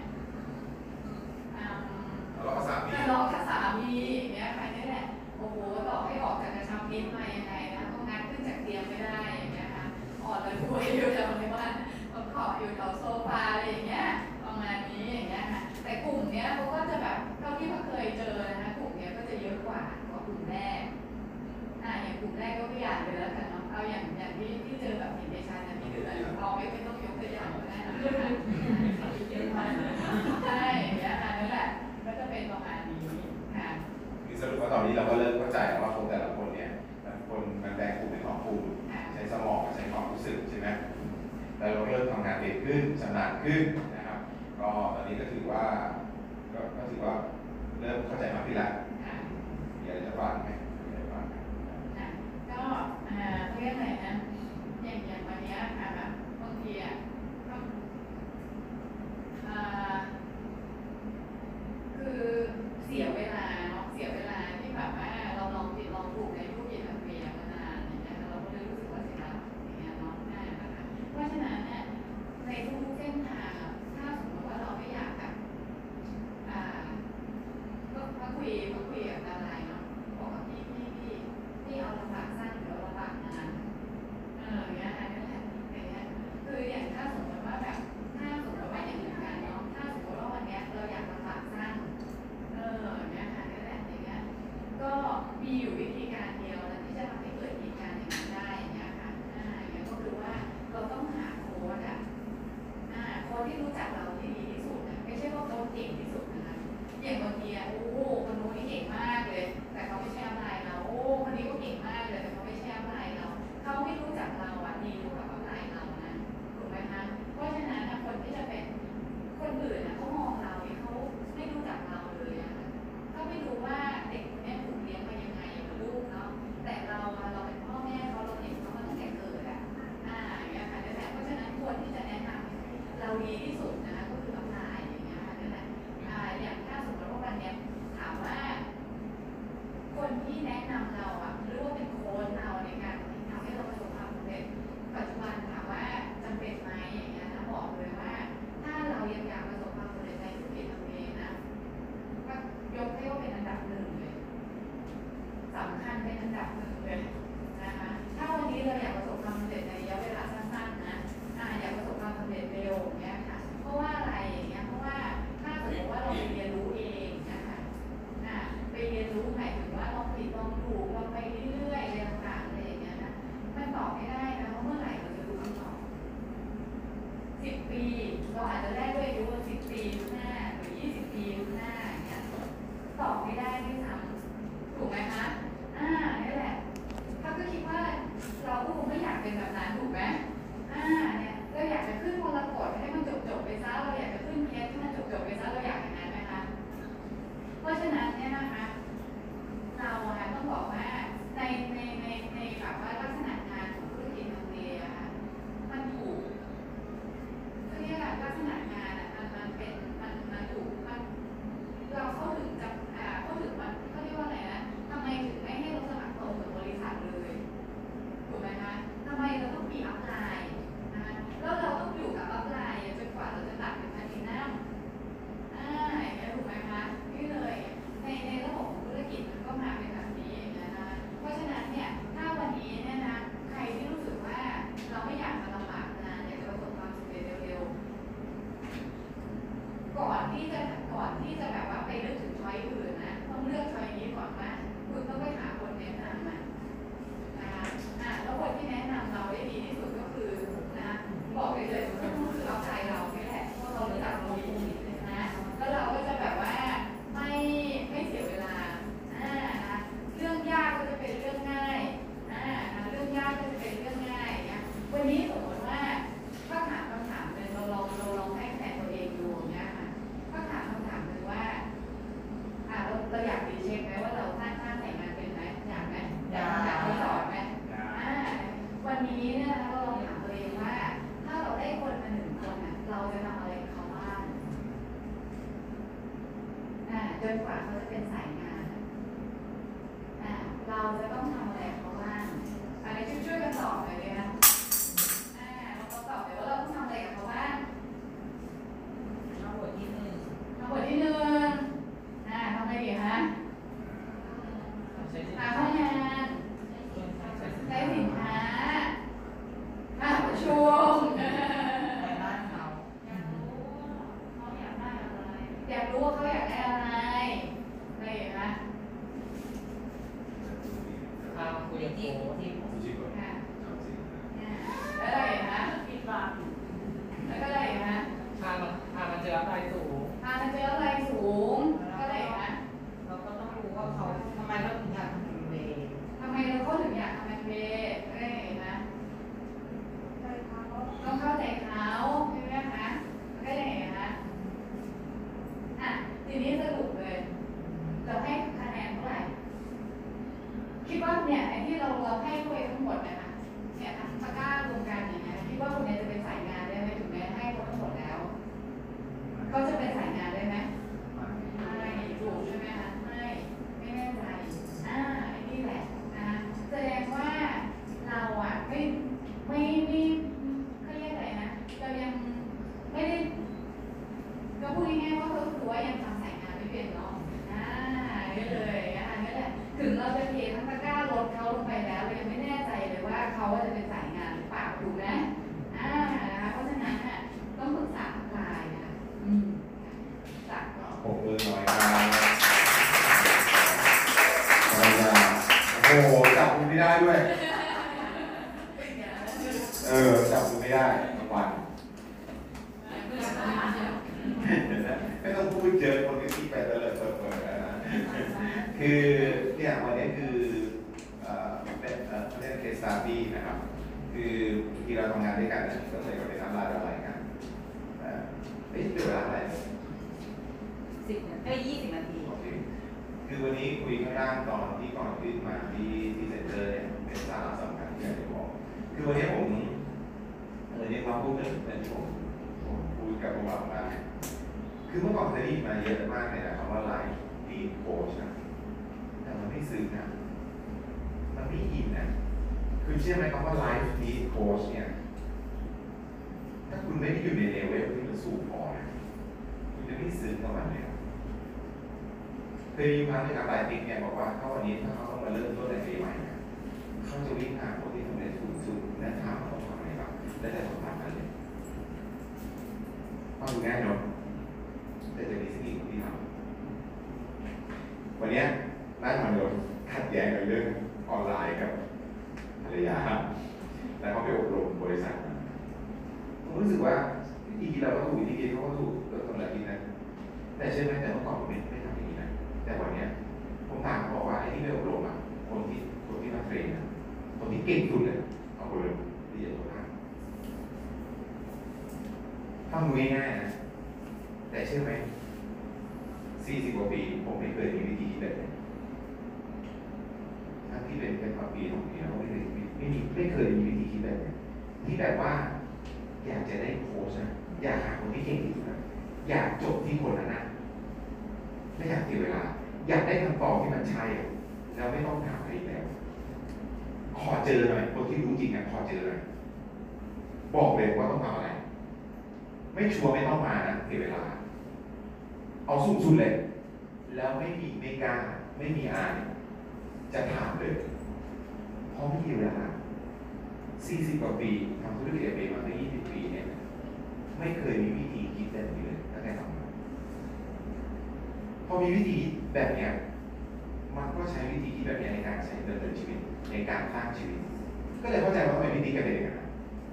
[SPEAKER 1] ทะเลาะกับสามี
[SPEAKER 3] อย่างเงี้ยค่ะนี่แหละโอ้โหบอกให้ออกจากกระชับมิตรมายังไงนะต้องงานขึ้นจากเตียงไม่ได้อย่างเงี้ยค่ะอ่อนระทวยอยู่แถวในบ้านขออยู่แถวโซฟาอะไรอย่างเงี้ยประมาณนี้อย่างเงี้ยค่ะแต่กลุ่มเนี้ยเขาก็จะแบบเท่าที่เขาเคยเจอนะคะกลุ่มเนี้ยก็จะเยอะกว่ากลุ่มแรกอย่างกลุ่มแรกก็ไม่อยากเลยแล้วกันเนาะเอาอย่างที่เจอแบบเห็นในชาติที่เดือดเอาไม่ต้องยกตัวอย่างก็ได้นะคะเยอะมากใช่อย่างเงี้ยค่ะนั่นแหละก็จะเป็นประมาณนี้ค่ะ
[SPEAKER 1] คือสรุปว่าตอนนี้เราก็เริ่มเข้าใจว่าคนแต่ละคนเนี่ยมันแบ่งกลุ่มเป็น2 กลุ่มใช้สมองใช้ความรู้สึกใช่ไหมแล้วเราเริ่มทำงานเร็วขึ้นชำนาญขึ้นนะครับก็ตอนนี้ก็ถือว่าเริ่มเข้าใจมากขึ้นแล้วมีอะไรจะบ้างไหม
[SPEAKER 3] ก็เรียกอะไรนะอย่างวันนี้ค่ะแบบบางทีคือเสียเวลาเนาะเสียเวลาที่แบบว่าเราลองผิดลองถูกในธุรกิจทางเบียร์มานานอย่างเงี้ยเราก็เลยรู้สึกว่าเสียเวลาอย่างเงี้ยเนาะนะคะเพราะฉะนั้นเนี่ยในทุกเส้นทางถ้าสมมติว่าเราไม่อยากแบบก็มาคุยกับดาราเนาะบอกกับพี่เอาลำบากสั้นหรือเอาลำบากนานอย่างเงี้ยค่ะนั่นแหละอย่างเงี้ยคืออย่างถ้าสจนกว่าเขาจะเป็นสายงานเราจะต้องทำอะไรเขาบ้างอะไรช่วยกันตอบหน่อยเลยนะเราตอบเลยว่าเราต้องทำอะไรกับเขาบ้าง
[SPEAKER 2] เอาบทที่หนึ่ง
[SPEAKER 3] ทำบทที่หนึ่งทำอะไรดีคะหาข้องานใช้สินค้าประชุม
[SPEAKER 2] ในบ้านเขา
[SPEAKER 3] อยากรู้ว่าเขาอยากได้อะไรอะไรอย่างเงี้ย
[SPEAKER 2] ข้าวคุยที่โอ้ที่ผม
[SPEAKER 3] แล้วอะไรนะปิดปากแล้วก็อะไรนะ
[SPEAKER 2] พามาเจออะไรสูง
[SPEAKER 3] พามาเจออะไรสูงก็อะไรนะ
[SPEAKER 2] เราก็ต้องรู้ว่าเขาทำไมเขาถึงอยากทำเวย์
[SPEAKER 3] ทำไมเขาถึงอยากทำเวย์อะไรนะต้องเข้าใจเขาใช่ไหมคะก็อย่างนี้นะทีนี้สรุปเลยเราให้คะแนนเท่าไหร่คิดว่าเนี่ยไอ้ที่เราให้คุยทั้งหมดนะคะเนี่ยทั้งตะกร้ารวมกันอย่างเงี้ยคิดว่าคนนี้จะเป็นสายงานได้ไหมถึงแม้ให้เขาทั้งหมดแล้วเขาจะเป็นสายงานได้ไหมไม่ถูกใช่ไหมคะไม่แน่ใจไอ้นี่แหละนะแสดงว่าเราไม่เขาเรียกอะไรนะเรายังไม่ได้ก็พูดง่ายๆว่าก็คือว่ายังทำสายงานไม่เป็นเนาะนี่เลยนี่แหละถึงเราจะเททั้งตะกร้ารถเขาลงไปแล้วเรายังไม่แน่ใจเลยว่าเขาจะเป็นสายงานหรือเปล่าถูกไหมนะคะเพราะฉะนั้นต้องปรึกษาทนายนะจัด
[SPEAKER 1] ผมมือหน่อยครับโอ้โหจับมือไม่ได้ด้วยจับมือไม่ได้ทุกวันไม่ต้องพูดเจอคนที่ไปเตลิดเปิดนะคือเนี่ยวันนี้คือเป็นเคสสตัดดี้นะครับคือที่เราทำงานด้วยกันก็เลยก็เป็นน้ำลายละลายกันเป็นเวลาอะไร
[SPEAKER 2] 20 นาที
[SPEAKER 1] คือวันนี้คุยข้างล่างตอนที่ก่อนขึ้นมาที่เซ็นเตอร์เนี่ยเป็นสาระสำคัญที่อยากจะบอกคือวันนี้ผมมาพูดถึงแต่ที่ผมพูดกับพวกเราได้คือเมื่อก่อนเคยได้ยินมาเยอะมากเลยนะคำว่าไลฟ์ลีดโค้ชนะแต่มันไม่ซึ้งนะมันไม่อินนะคือเชื่อไหมคำว่าไลฟ์ลีดโค้ชเนี่ยถ้าคุณไม่ได้อยู่ในเลเวลที่มันสูงพอนะคุณจะไม่ซึ้งกับมันเลยเคยมีครั้งในการไลฟ์เนี่ยบอกว่าถ้าวันนี้ถ้าเขาต้องมาเริ่มต้นในปีใหม่นะเขาจะวิ่งหาคนที่ทำได้สูงสุดและถามเขาทำอะไรบ้างและแต่สัมผัสนั้นเลยฟังดูง่ายเนาะแต่จะมีสิ่งที่ทำวันนี้น่าจะโดนขัดแย้งกันเรื่องออนไลน์กับภรรยาแล้วเขาไปอบรมบริษัทผมรู้สึกว่าวิธีเราก็ถูกวิธีคิดเขาก็ถูกเราทำอะไรกินนะแต่เชื่อไหมแต่เมื่อก่อนผมไม่ทำอย่างนี้นะแต่วันนี้ผมถามเขาบอกว่าไอ้ที่ไปอบรมคนที่มาเทรนคนที่เก่งสุดเลยเอาคนเลยที่จะตัวทางฟังดูง่ายๆนะแต่เชื่อไหม40 กว่าปีผมไม่เคยมีวิธีคิดแบบนี้ทั้งที่เป็นแค่ความปีของปีแล้วไม่เคยมีวิธีคิดแบบนี้ที่แบบว่าอยากจะได้โค้ชนะอยากหาคนที่เก่งที่สุดนะอยากจบที่คนนั้นนะไม่อยากเสียเวลาอยากได้คำตอบที่มันใช่แล้วไม่ต้องถามใครแล้วขอเจอหน่อยคนที่รู้จริงขอเจอหน่อยบอกเลยว่าต้องทำอะไรไม่ชัวร์ไม่ต้องมานะเสียเวลาเอาสูงสุดเลยแล้วไม่กล้าไม่มีอายจะถามเลยเพราะไม่มีเวลา40 กว่าปีทำธุรกิจเอมาตั้ง20 ปีเนี่ยไม่เคยมีวิธีคิดแบบนี้เลยตั้งแต่ทำมาพอมีวิธีแบบเนี้ยมันก็ใช้วิธีคิดแบบนี้ในการใช้ดำเนินชีวิตในการสร้างชีวิตก็เลยเข้าใจว่าทำไมวิธีการเดินกัน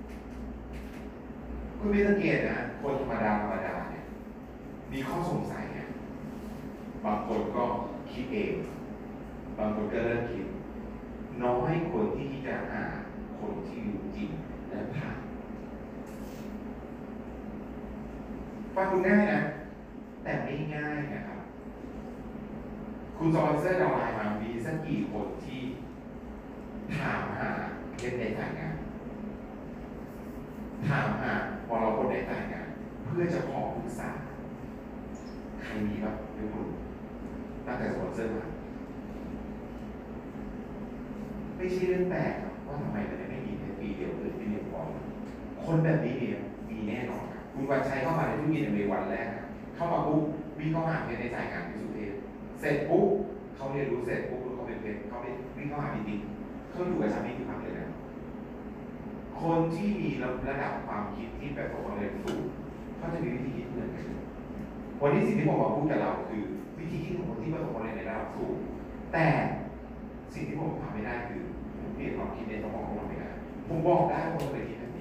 [SPEAKER 1] คุณไม่สังเกตนะคนธรรมดาเนี่ยมีข้อสงสัยเนี่ยบางคนก็คิดเองบางคนก็เริ่มคิดน้อยคนที่จะหาคนที่รู้จริงและถามฟังดูง่ายนะแต่ไม่ง่ายนะครับคุณสปอนเซอร์ดาวไลน์มามีสักกี่คนที่ถามหาเล่นในสายงานถามหาพอเราคนในสายงานเพื่อจะขอปรึกษาใครมีบ้างยกมือตั้งแต่สปอนเซอร์มาไม่ใช่เรื่องแปลกครับว่าทำไมมันไม่มีในปีเดียวเกิดที่เดียวพอคนแบบนี้เนี่ยมีแน่นอนครับคุณวันชัยเข้ามาในธุรกิจในวันแรกครับเข้ามาปุ๊บวิ่งเข้ามาในสายงานพิสุเทพเสร็จปุ๊บเขาเรียนรู้เสร็จปุ๊บเขาเป็นเขาไปวิ่งเข้ามาจริงๆเขาอยู่กับชามิที่พักเลยนะคนที่มีระดับความคิดที่ประสบความสำเร็จสูงเขาจะมีวิธีคิดเหมือนกันวันนี้สิ่งที่ผมมาพูดกับเราคือวิธีคิดของคนที่ประสบความสำเร็จในระดับสูงแต่สิ่งที่ผมทำไม่ได้คือผมเปลี่ยนความคิดในสมองของเราไม่ได้ผมบอกได้ว่าคนเป็นคิดแบบนี้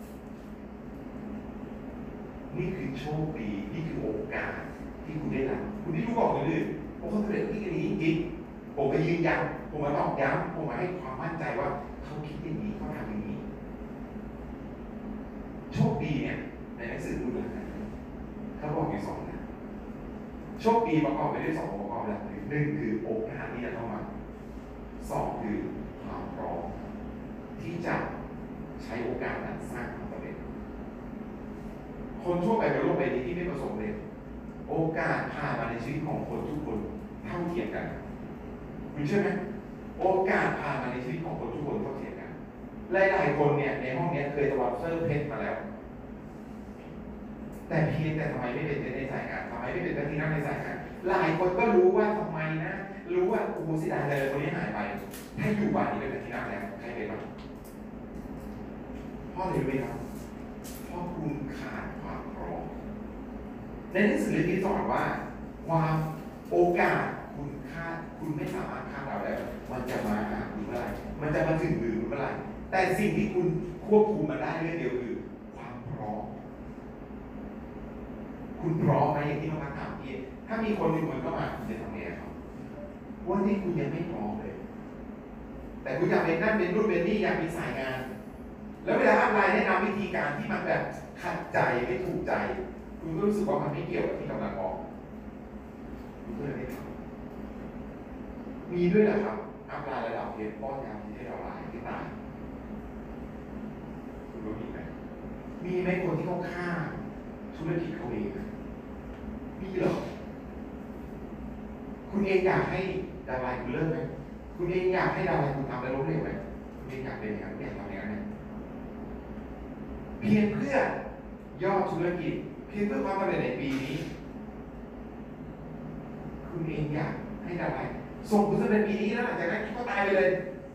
[SPEAKER 1] นี่คือโชคดีนี่คือโอกาสที่คุณได้รับคุณที่รู้บอกคนอื่นผมเขาสำเร็จที่นี้จริงๆผมมายืนยันผมมาตอกย้ำผมมาให้ความมั่นใจว่าเขาคิดอย่างนี้เขาทำอย่างนี้โชคดีเนี่ยในหนังสือพูดเลยนะเขาบอกอยู่สองนะโชคดีประกอบไปด้วยสององค์ประกอบหลักหนึ่งคือโอกาสที่จะเข้ามาสองคือความพร้อมที่จะใช้โอกาสนั้นสร้างความสำเร็จคนทั่วไปในโลกใบนี้ที่ไม่ประสบเลยโอกาสผ่านมาในชีวิตของคนทุกคนเท่าเทียมกันคุณเชื่อไหมโอกาสผ่านมาในชีวิตของคนทุกคนเท่าเทียมกันหลายๆคนเนี่ยในห้องนี้เคยสวอปเซอร์เพชรมาแล้วแต่เพียงแต่ทำไมไม่เป็นในสายงานทำไมไม่เป็นที่นั่งในสายงานหลายคนก็รู้ว่าทำไมนะรู้ว่าโอ้โหเสียดายเลยคนนี้หายไปถ้าอยู่บ้านนี้เป็นที่นั่งแล้วใครเป็นบ้างพ่อเลยรู้ไหมครับเพราะคุณขาดความพร้อมในหนังสือเล่มนี้สอนว่าความโอกาสคุณไม่สามารถคาดเดาได้มันจะมาหาคุณเมื่อไหร่มันจะมาถึงมือคุณเมื่อไหร่แต่สิ่งที่คุณควบคุมมันได้เรื่องเดียวคือความพร้อมคุณพร้อมไหมอย่างที่มาถามพี่ถ้ามีคนหนึ่งมันก็มาคุณจะทำไงครับวันนี้คุณยังไม่พร้อมเลยแต่คุณอยากเป็นนั่นเป็นรุ่นเป็นนี่อยากมีสายงานแล้วเวลาอะไรแนะนำวิธีการที่มันแบบขัดใจไม่ถูกใจคุณก็รู้สึกว่ามันไม่เกี่ยวกับที่กำลังบอกคุณก็เลยไม่ทำมีด้วยเหรอครับอัพไลน์ระดับเรียนป้อนยาที่ได้เราหลายที่ตายคุณรู้มีไหมมีไหมคนที่เขาฆ่าธุรกิจเขาเองมีเหรอคุณเองอยากให้ดาวไลน์คุณเลิกไหมคุณเองอยากให้ดาวไลน์คุณทำแล้วล้มเหลวไหมคุณเองอยากเป็นอย่างนั้นอยากทำอย่างนั้นเพียงเพื่อยอดธุรกิจเพียงเพื่อความสำเร็จในปีนี้คุณเองอยากให้ดาวไลน์ส่งคุณสำเร็จปีนี้แล้วหลังจากนั้นก็ตายไปเลย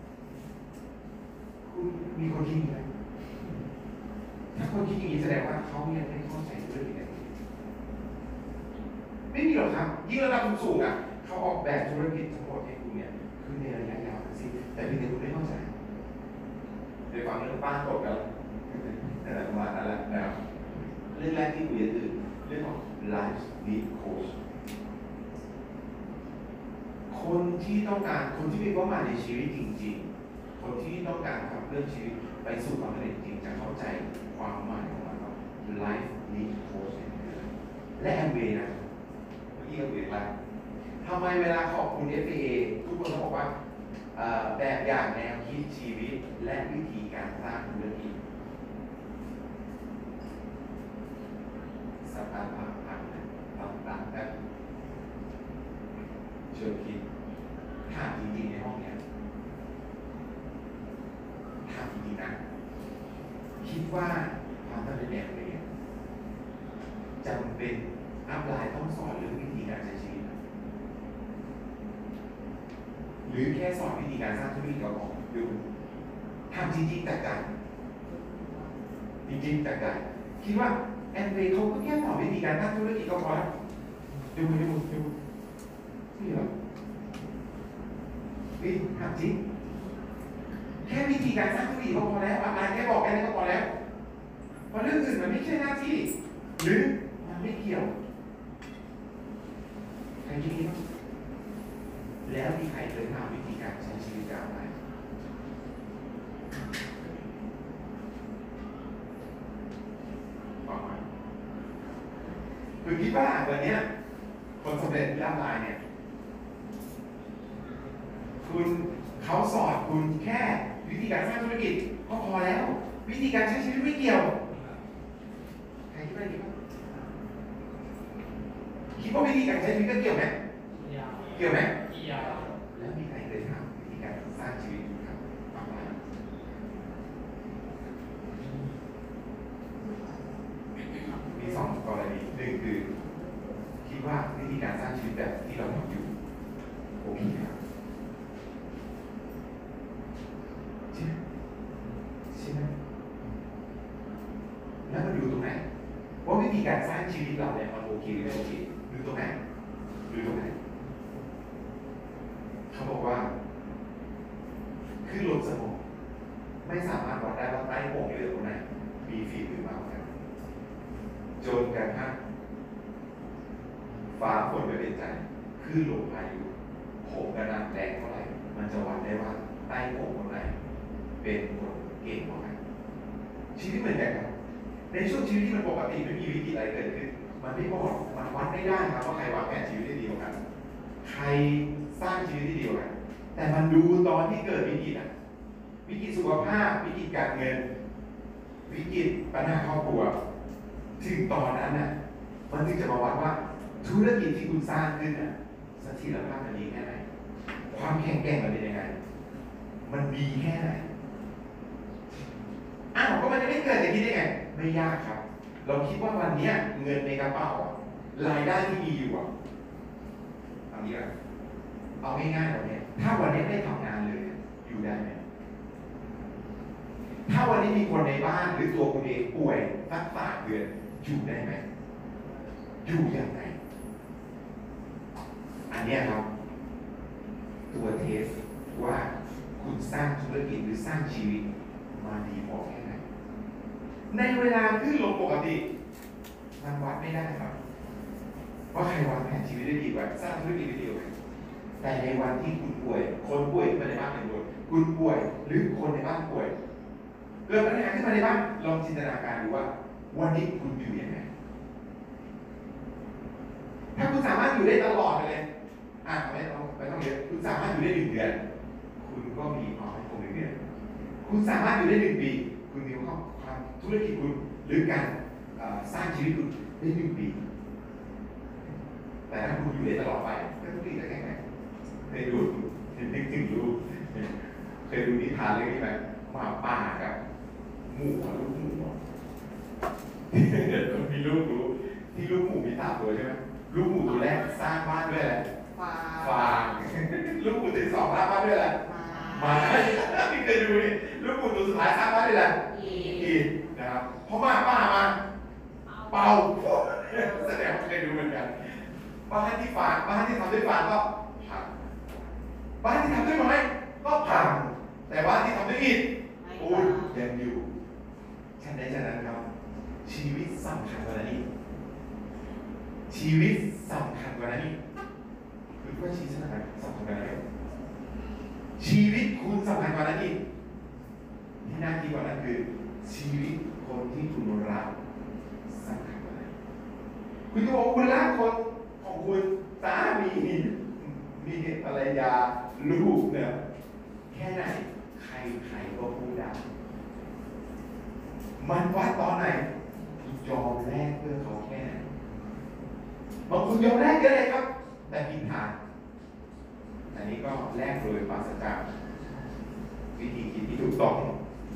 [SPEAKER 1] คุณมีคนคิดไหมถ้าคนคิดอย่างนี้แสดงว่าเขายังไม่เข้าใจเรื่องนี้ไม่มีหรอกครับยิ่งระดับสูงอ่ะเขาออกแบบธุรกิจทั้งหมดให้คุณเนี่ยคือในระยะยาวทั้งสิ้นแต่เพียงแต่คุณไม่เข้าใจโดยความเรื่องป้าตกแล้วอะไรประมาณนั้นแหละนะครับเรื่องแรกที่คุยกันคือเรื่องของ life lead coach คนที่ต้องการคนที่มีเป้าหมายในชีวิตจริงๆคนที่ต้องการทำเรื่องชีวิตไปสู่ความสำเร็จจริงจะเข้าใจความหมายของมันว่า life lead coach และแอมเวย์นะเมื่อกี้ก็คุยกันทำไมเวลาขอบคุณ FAA ทุกคนต้องบอกว่าแบบอย่างแนวคิดชีวิตและวิธีการสร้างธุรกิจสภาพพังต่างๆกันเชิญคิดถามจริงๆในห้องนี้ถามจริงๆนะคิดว่าความสำเร็จแบบนี้จำเป็นอัพไลน์ต้องสอนเรื่องวิธีการใช้ชีวิตหรือแค่สอนวิธีการสร้างธุรกิจก่อนดูทำจริงๆจากใจจริงๆจากใจคิดว่าแอนเวย์เขาก็แค่สอนวิธีการสร้างธุรกิจก็พอแล้วดูนี่หรอทำจริงแค่วิธีการสร้างธุรกิจก็พอแล้วอะไรแค่บอกแค่นี้ก็พอแล้วเพราะเรื่องอื่นมันไม่ใช่หน้าที่หรือมันไม่เกี่ยวใครคิดนี้บ้างแล้วมีใครเคยทำวิธีการใช้ชีวิตแบบไหนบอกมาคือคิดว่าวันนี้คนสำเร็จที่ร่างกายเนี่ยเขาสอนคุณแค่วิธีการสร้างธุรกิจก็พอแล้ววิธีการใช้ชีวิตไม่เกี่ยวใครคิดว่าดีบ้างคิดว่าวิธีการใช้ชีวิตก็เกี่ยวไหมเกี่ยวกี่ยวไหม
[SPEAKER 4] เกี่ยว
[SPEAKER 1] แล้วมีใครเคยถามวิธีการสร้างชีวิตอยู่ครับบ้างไหมมีสองกรณีหนึ่งคือคิดว่าวิธีการสร้างชีวิตแบบที่เราทำอยู่โอเคครับใช่ไหมแล้วมันอยู่ตรงไหนว่าวิธีการสร้างชีวิตเราเนี่ยมันโอเคหรือไม่โอเคดูตรงไหนดูตรงไหนเขาบอกว่าขึ้นลงสมองไม่สามารถวัดได้ว่าใต้โป่งเหลือตรงไหนมีฝีมือมากกว่ากันจนกระทั่งฟ้าฝนไม่เป็นใจขึ้นลงพายุโหมกระหน่ำแรงเท่าไหร่มันจะวัดได้ว่าใต้โป่งตรงไหนเป็นคนเก่งกว่ากันชีวิตเหมือนกันครับในช่วงชีวิตที่มันปกติไม่มีวิกฤตอะไรเกิดขึ้นมันไม่บอกมันวัดไม่ได้ครับว่าใครวางแผนชีวิตได้ดีกว่ากันใครสร้างชีวิตได้ดีกว่ากันแต่มันดูตอนที่เกิดวิกฤตวิกฤตสุขภาพวิกฤตการเงินวิกฤตปัญหาครอบครัวถึงตอนนั้นน่ะมันถึงจะมาวัดว่าธุรกิจที่คุณสร้างขึ้นน่ะเสถียรภาพมันดีแค่ไหนความแข็งแกร่งมันเป็นยังไงมันดีแค่ไหนอ้าวก็มันจะไม่เกิดอย่างนี้ได้ไงไม่ยากครับเราคิดว่าวันนี้เงินในกระเป๋ารายได้ที่มีอยู่เอางี้ละเอาง่ายๆวันนี้ถ้าวันนี้ไม่ทำงานเลยอยู่ได้ไหมถ้าวันนี้มีคนในบ้านหรือตัวคุณเองป่วยสัก3 เดือนอยู่ได้ไหมอยู่ยังไงอันนี้ครับตัวเทสว่าคุณสร้างธุรกิจหรือสร้างชีวิตมาดีพอแค่ไหนในเวลาขึ้นลงปกติมันวัดไม่ได้ครับว่าใครวางแผนชีวิตได้ดีกว่าสร้างธุรกิจได้ดีกว่าแต่ในวันที่คุณป่วยคนป่วยขึ้นมาในบ้านเป็นป่วยคุณป่วยหรือคนในบ้านป่วยเกิดปัญหาขึ้นมาในบ้านลองจินตนาการดูว่าวันนี้คุณอยู่ยังไงถ้าคุณสามารถอยู่ได้ตลอดไปเลยไม่ต้องเยอะคุณสามารถอยู่ได้1 เดือนคุณก็มีความให้คง1 เดือนคุณสามารถอยู่ได้1 ปีคุณมีความธุรกิจคุณหรือการสร้างชีวิตคุณได้1 ปีแต่ถ้าคุณอยู่ได้ตลอดไปก็ธุรกิจจะแข็งแรงเคยดูนึกถึงรูปเคยดูนิทานเรื่องนี้ไหมหมาป่ากับหมูลูกหมูมีลูกหมูที่ลูกหมูมี3 ตัวใช่ไหมลูกหมูตัวแรกสร้างบ้านด้วยอะไรฟางลูกหมูตัวที่ 2สร้างบ้านด้วยอะไรไม้ที่เคยดูนี่ลูกหมูตัวสุดท้ายสร้างบ้านด้วยอะไรอิฐนะครับเพราะหมาป่ามาเป่าแสดงว่าเคยดูเหมือนกันบ้านที่ฟางบ้านที่ทำด้วยฟางก็พังบ้านที่ทำด้วยไม้ก็พังแต่บ้านที่ทำด้วยอิฐปูนยังอยู่ฉะนั้นครับชีวิตสำคัญกว่านั้นอีกชีวิตสำคัญกว่านั้นอีกคือว่าชีวิตสำคัญกว่านั้นชีวิตคุณสำคัญกว่านั้นอีกที่น่าคิดกว่านั้นคือชีวิตคนที่คุณรักสำคัญกว่านั้นคุณจะบอกคุณรักคนของคุณสามีมีภรรยาลูกเนี่ยแค่ไหนใครก็พูดได้มันวัดตอนไหนยอมแลกเพื่อเขาแค่ไหนบางคนยอมแลกเยอะเลยครับแต่ผิดทางอันนี้ก็แลกโดยปราศจากวิธีคิดที่ถูกต้อง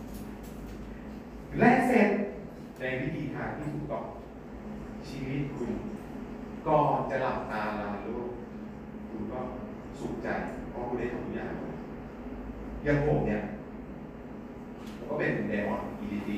[SPEAKER 1] แลกเสร็จในวิธีทางที่ถูกต้องชีวิตคุณก่อนจะหลับตาลาโลกคุณก็สุขใจเพราะคุณได้ทำทุกอย่างอย่างผมเนี่ยผมก็เป็นเดมอน EDT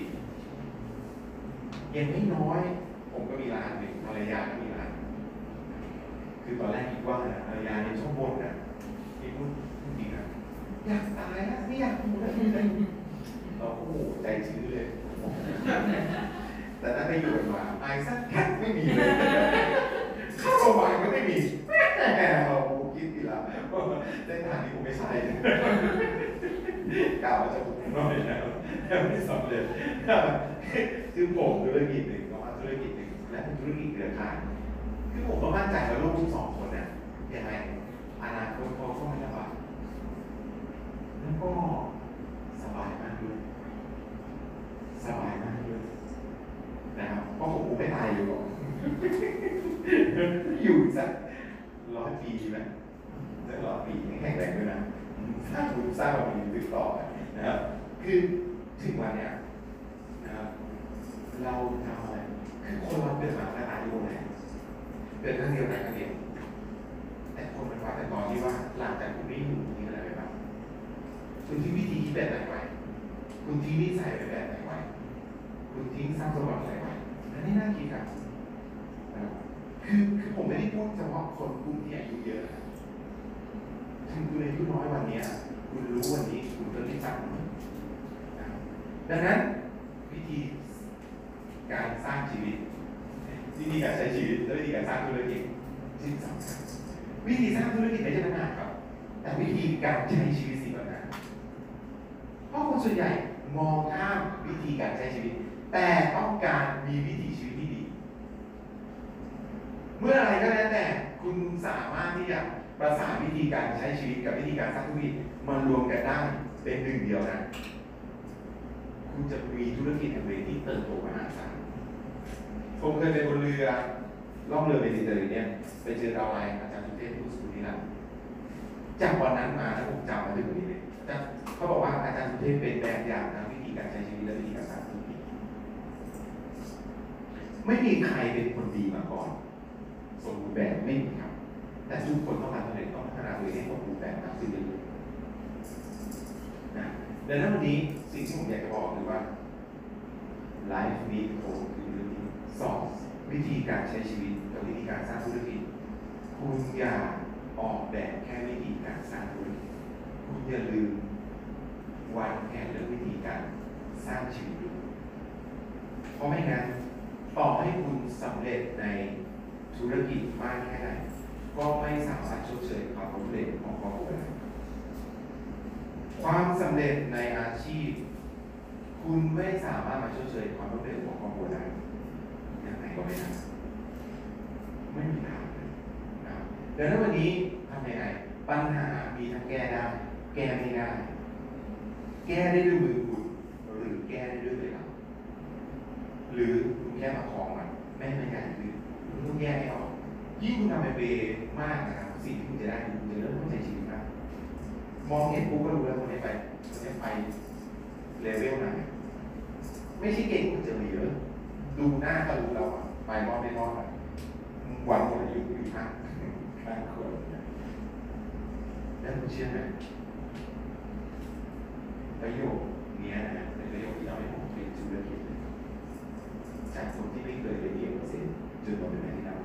[SPEAKER 1] ยังไม่น้อยผมก็มีร้านหนึ่งภรรยาก็มีร้านคือตอนแรกคิดว่าภรรยาเนี่ยชอบบ่นนะที่พูดจริงๆนะอยากตายแล้วไม่อยากอยู่แล้วเราโอ้โหใจชื้นเลยแต่ถ้าได้อยู่กันมาไอ้สักแค่ไม่มีเลยข้าวโรงพยาบาลก็ไม่มีแหมเราคิดดีแล้วได้ทางนี้ผมไม่ใช่กล่าวว่าจะผมน้อยแล้วไม่สำเร็จคือผมธุรกิจหนึ่งก็มาธุรกิจหนึ่งและเป็นธุรกิจเครือข่ายคือผมก็มั่นใจว่าลูกทั้ง2 คนเนี่ยยังไงอนาคตเขาก็ไม่ลำบากแล้วก็สบายมากด้วยนะครับเพราะผมไม่ตายอยู่หรอกอยู่สัก100 ปีไหมตลอดปีไม่แข็งแรงด้วยนะสร้างบุญสร้างบารมีติดต่อนะครับคือถึงวันเนี้ยนะครับเราทำอะไรคือคนเราเกิดมาแล้วอายุไหนเกิดครั้งเดียวไหนครั้งเดียวแต่คนมันวัดแต่ตอนที่ว่าหลังจากคุณไม่อยู่คุณทิ้งอะไรไปบ้างคุณทิ้งวิธีคิดแบบไหนไว้คุณทิ้งนิสัยแบบไหนไว้คุณทิ้งสร้างสมบัติอะไรไว้อันนี้น่าคิดครับคือผมไม่ได้พูดเฉพาะคนกลุ่มที่อายุเยอะนะถึงคุณอายุน้อยวันนี้คุณรู้วันนี้คุณก็ได้สั่งดังนั้นวิธีการสร้างชีวิตวิธีการใช้ชีวิตและวิธีการสร้างธุรกิจสิ่งสำคัญวิธีสร้างธุรกิจไม่ใช่ปัญหาครับแต่วิธีการใช้ชีวิตสิ่งปัญหาเพราะคนส่วนใหญ่มองข้ามวิธีการใช้ชีวิตแต่ต้องการมีวิถีชีวิตที่ดีเมื่อไรก็แล้วแต่คุณสามารถที่จะประสานวิธีการใช้ชีวิตกับวิธีการสร้างธุรกิจมารวมกันได้เป็นหนึ่งเดียวนะคุณจะมีธุรกิจแห่งเวที่เติบโตมหาศาลผมเคยเป็นบนเรือล่องเรือเมดิเตอร์เรเนียนไปเจอดาวไลน์อาจารย์สุเทพผู้สุนิรันดร์จากวันนั้นมาแล้วผมจำมาถึงวันนี้เลยเขาบอกว่าอาจารย์สุเทพเป็นแบบอย่างทางวิธีการใช้ชีวิตและวิธีการสร้างธุรกิจไม่มีใครเป็นคนดีมาก่อนสมบูรณ์แบบไม่มีครับแต่ทุกคนต้องการสำเร็จต้องพัฒนาตัวเองให้สมบูรณ์แบบมากขึ้นเรื่อยๆนะดังนั้นวันนี้สิ่งที่ผมอยากจะบอกคือว่า Life Need Code คือเรื่องนี้สองวิธีการใช้ชีวิตกับวิธีการสร้างธุรกิจคุณอย่าออกแบบแค่วิธีการสร้างธุรกิจคุณอย่าลืมวางแผนเรื่องวิธีการสร้างชีวิตด้วยเพราะไม่งั้นต่อให้คุณสำเร็จในธุรกิจมากแค่ไหนก็ไม่สามารถชดเชยความสำเร็จของครอบครัวได้ความสำเร็จในอาชีพคุณไม่สามารถมาชดเชยความสำเร็จของครอบครัวได้ยังไงก็ไม่ได้ไม่มีทางเลยนะครับดังนั้นวันนี้ทำยังไงปัญหามีทั้งแก้ได้แก้ไม่ได้แก้ได้ด้วยมือคุณหรือแก้ได้ด้วยตัวเราหรือคุณแค่ประคองมันไม่ให้มันใหญ่ขึ้นคุณต้องแยกให้ออกยิ่งคุณทำไปเบมากนะครับสิ่งที่คุณจะได้คุณจะเริ่มเข้าใจชีวิตมากมองเห็นปุ๊บก็รู้แล้วคนนี้ไปเลเวลไหนไม่ใช่เก่งคุณจะมีเยอะดูหน้าก็รู้แล้วไปรอดไม่รอดวันหมดอายุอยู่ข้างคนแล้วคุณเชื่อไหมประโยคนี้นะเป็นประโยคที่ทำให้ผมเป็นธุรกิจจากคนที่ไม่เคยเรียนจนมาเป็นแบบที่ทำ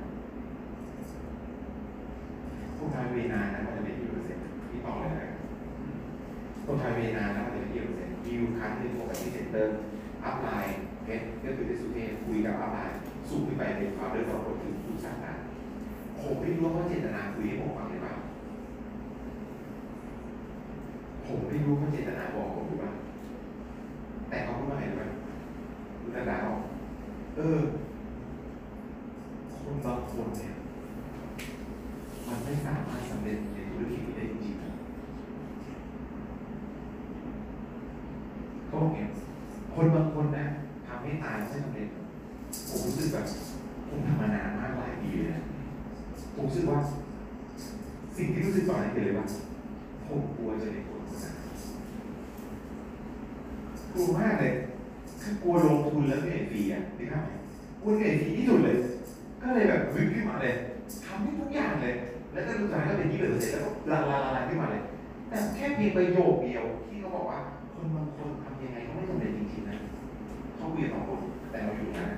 [SPEAKER 1] พวกทำเวนานะมันจะเป็นที่ที่ต่อเลยนะพวกทำเวนานะมันจะเป็นที่มีอยู่ครั้งหนึ่งผมกับที่เซ็นเตอร์อัพไลน์เพชรก็คือที่สุเทพคุยกับอัพไลน์สู้ขึ้นไปเป็นความเรื่องของคนถึงผู้สร้างงานผมไม่รู้ว่าเจตนาคุยให้ผมฟังหรือเปล่าผมไม่รู้ว่าเจตนาบอกผมหรือเปล่าแต่เขาพูดว่าไงรู้ไหมคุณตาดาวคนบางคนเนี่ยมันไม่สามารถสำเร็จในธุรกิจได้จริงๆเขาบอกเนี่ยคนบางคนนะทำให้ตายไม่สำเร็จผมรู้สึกแบบผมทำมานานมากหลายปีเลยนะผมรู้สึกว่าสิ่งที่รู้สึกตอนนี้คืออะไรวะผมกลัวจะเป็นคนคนนั้นกลัวมากเลยคือกลัวลงทุนแล้วเหนื่อยฟรีอ่ะนี่ครับกลัวเหนื่อยฟรีที่สุดเลยก็เลยแบบฮึดขึ้นมาเลยทำได้ทุกอย่างเลยแล้วก็สุดท้ายก็เป็น20%แล้วก็ละขึ้นมาเลยแต่แค่เพียงประโยคเดียวที่เขาบอกว่าคนบางคนทำยังไงก็ไม่สำเร็จจริงๆนะเขาคุยกับ2 คนแต่เราอยู่นะ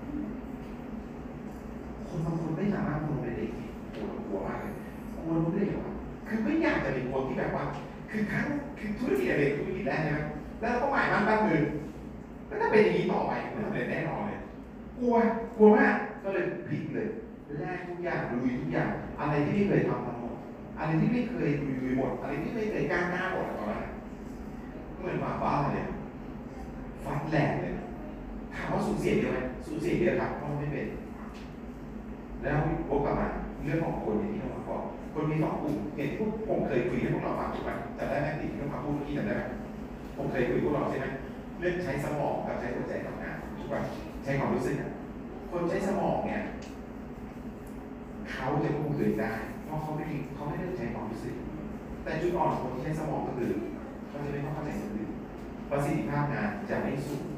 [SPEAKER 1] คนบางคนไม่สามารถลงไปได้จริงกลัวมากเลยกลัวรู้ได้เหรอคือไม่อยากจะเป็นคนที่แบบว่าคือธุรกิจอะไรธุรกิจแรกใช่ไหมแล้วเราก็หมายมั่นตั้งมือแล้วถ้าเป็นอย่างนี้ต่อไปไม่สำเร็จแน่นอนเลยกลัวมากก็เลยผิดเลยแลกทุกอย่างลุยทุกอย่างอะไรที่ไม่เคยทำหมดอะไรที่ไม่เคยลุยหมดอะไรที่ไม่เคยก้าวหน้าหมดตอนนั้นเหมือนหมาบ้าเลยฟัดแหลกเลยถามว่าสูญเสียเยอะไหมสูญเสียเยอะครับเพราะไม่เป็นแล้วพบกลับมาเรื่องของคนที่เรามาบอกคนมี2 กลุ่มเห็นพวกผมเคยคุยให้พวกเราฟังถูกไหมจำได้ไหมที่เราพูดเมื่อกี้จำได้ไหมผมเคยคุยพวกเราใช่ไหมเรื่องใช้สมองกับใช้หัวใจทำงานถูกไหมใช้ความรู้สึกคนใช้สมองเนี่ยเขาจะควบคุมได้เพราะราะเขาไม่ได้ใช้ความรู้สึกแต่จุดอ่อนของคนที่ใช้สมองก็คือเขาจะไม่เข้าใจคนอื่นประสิทธิภาพงานจะไม่สูง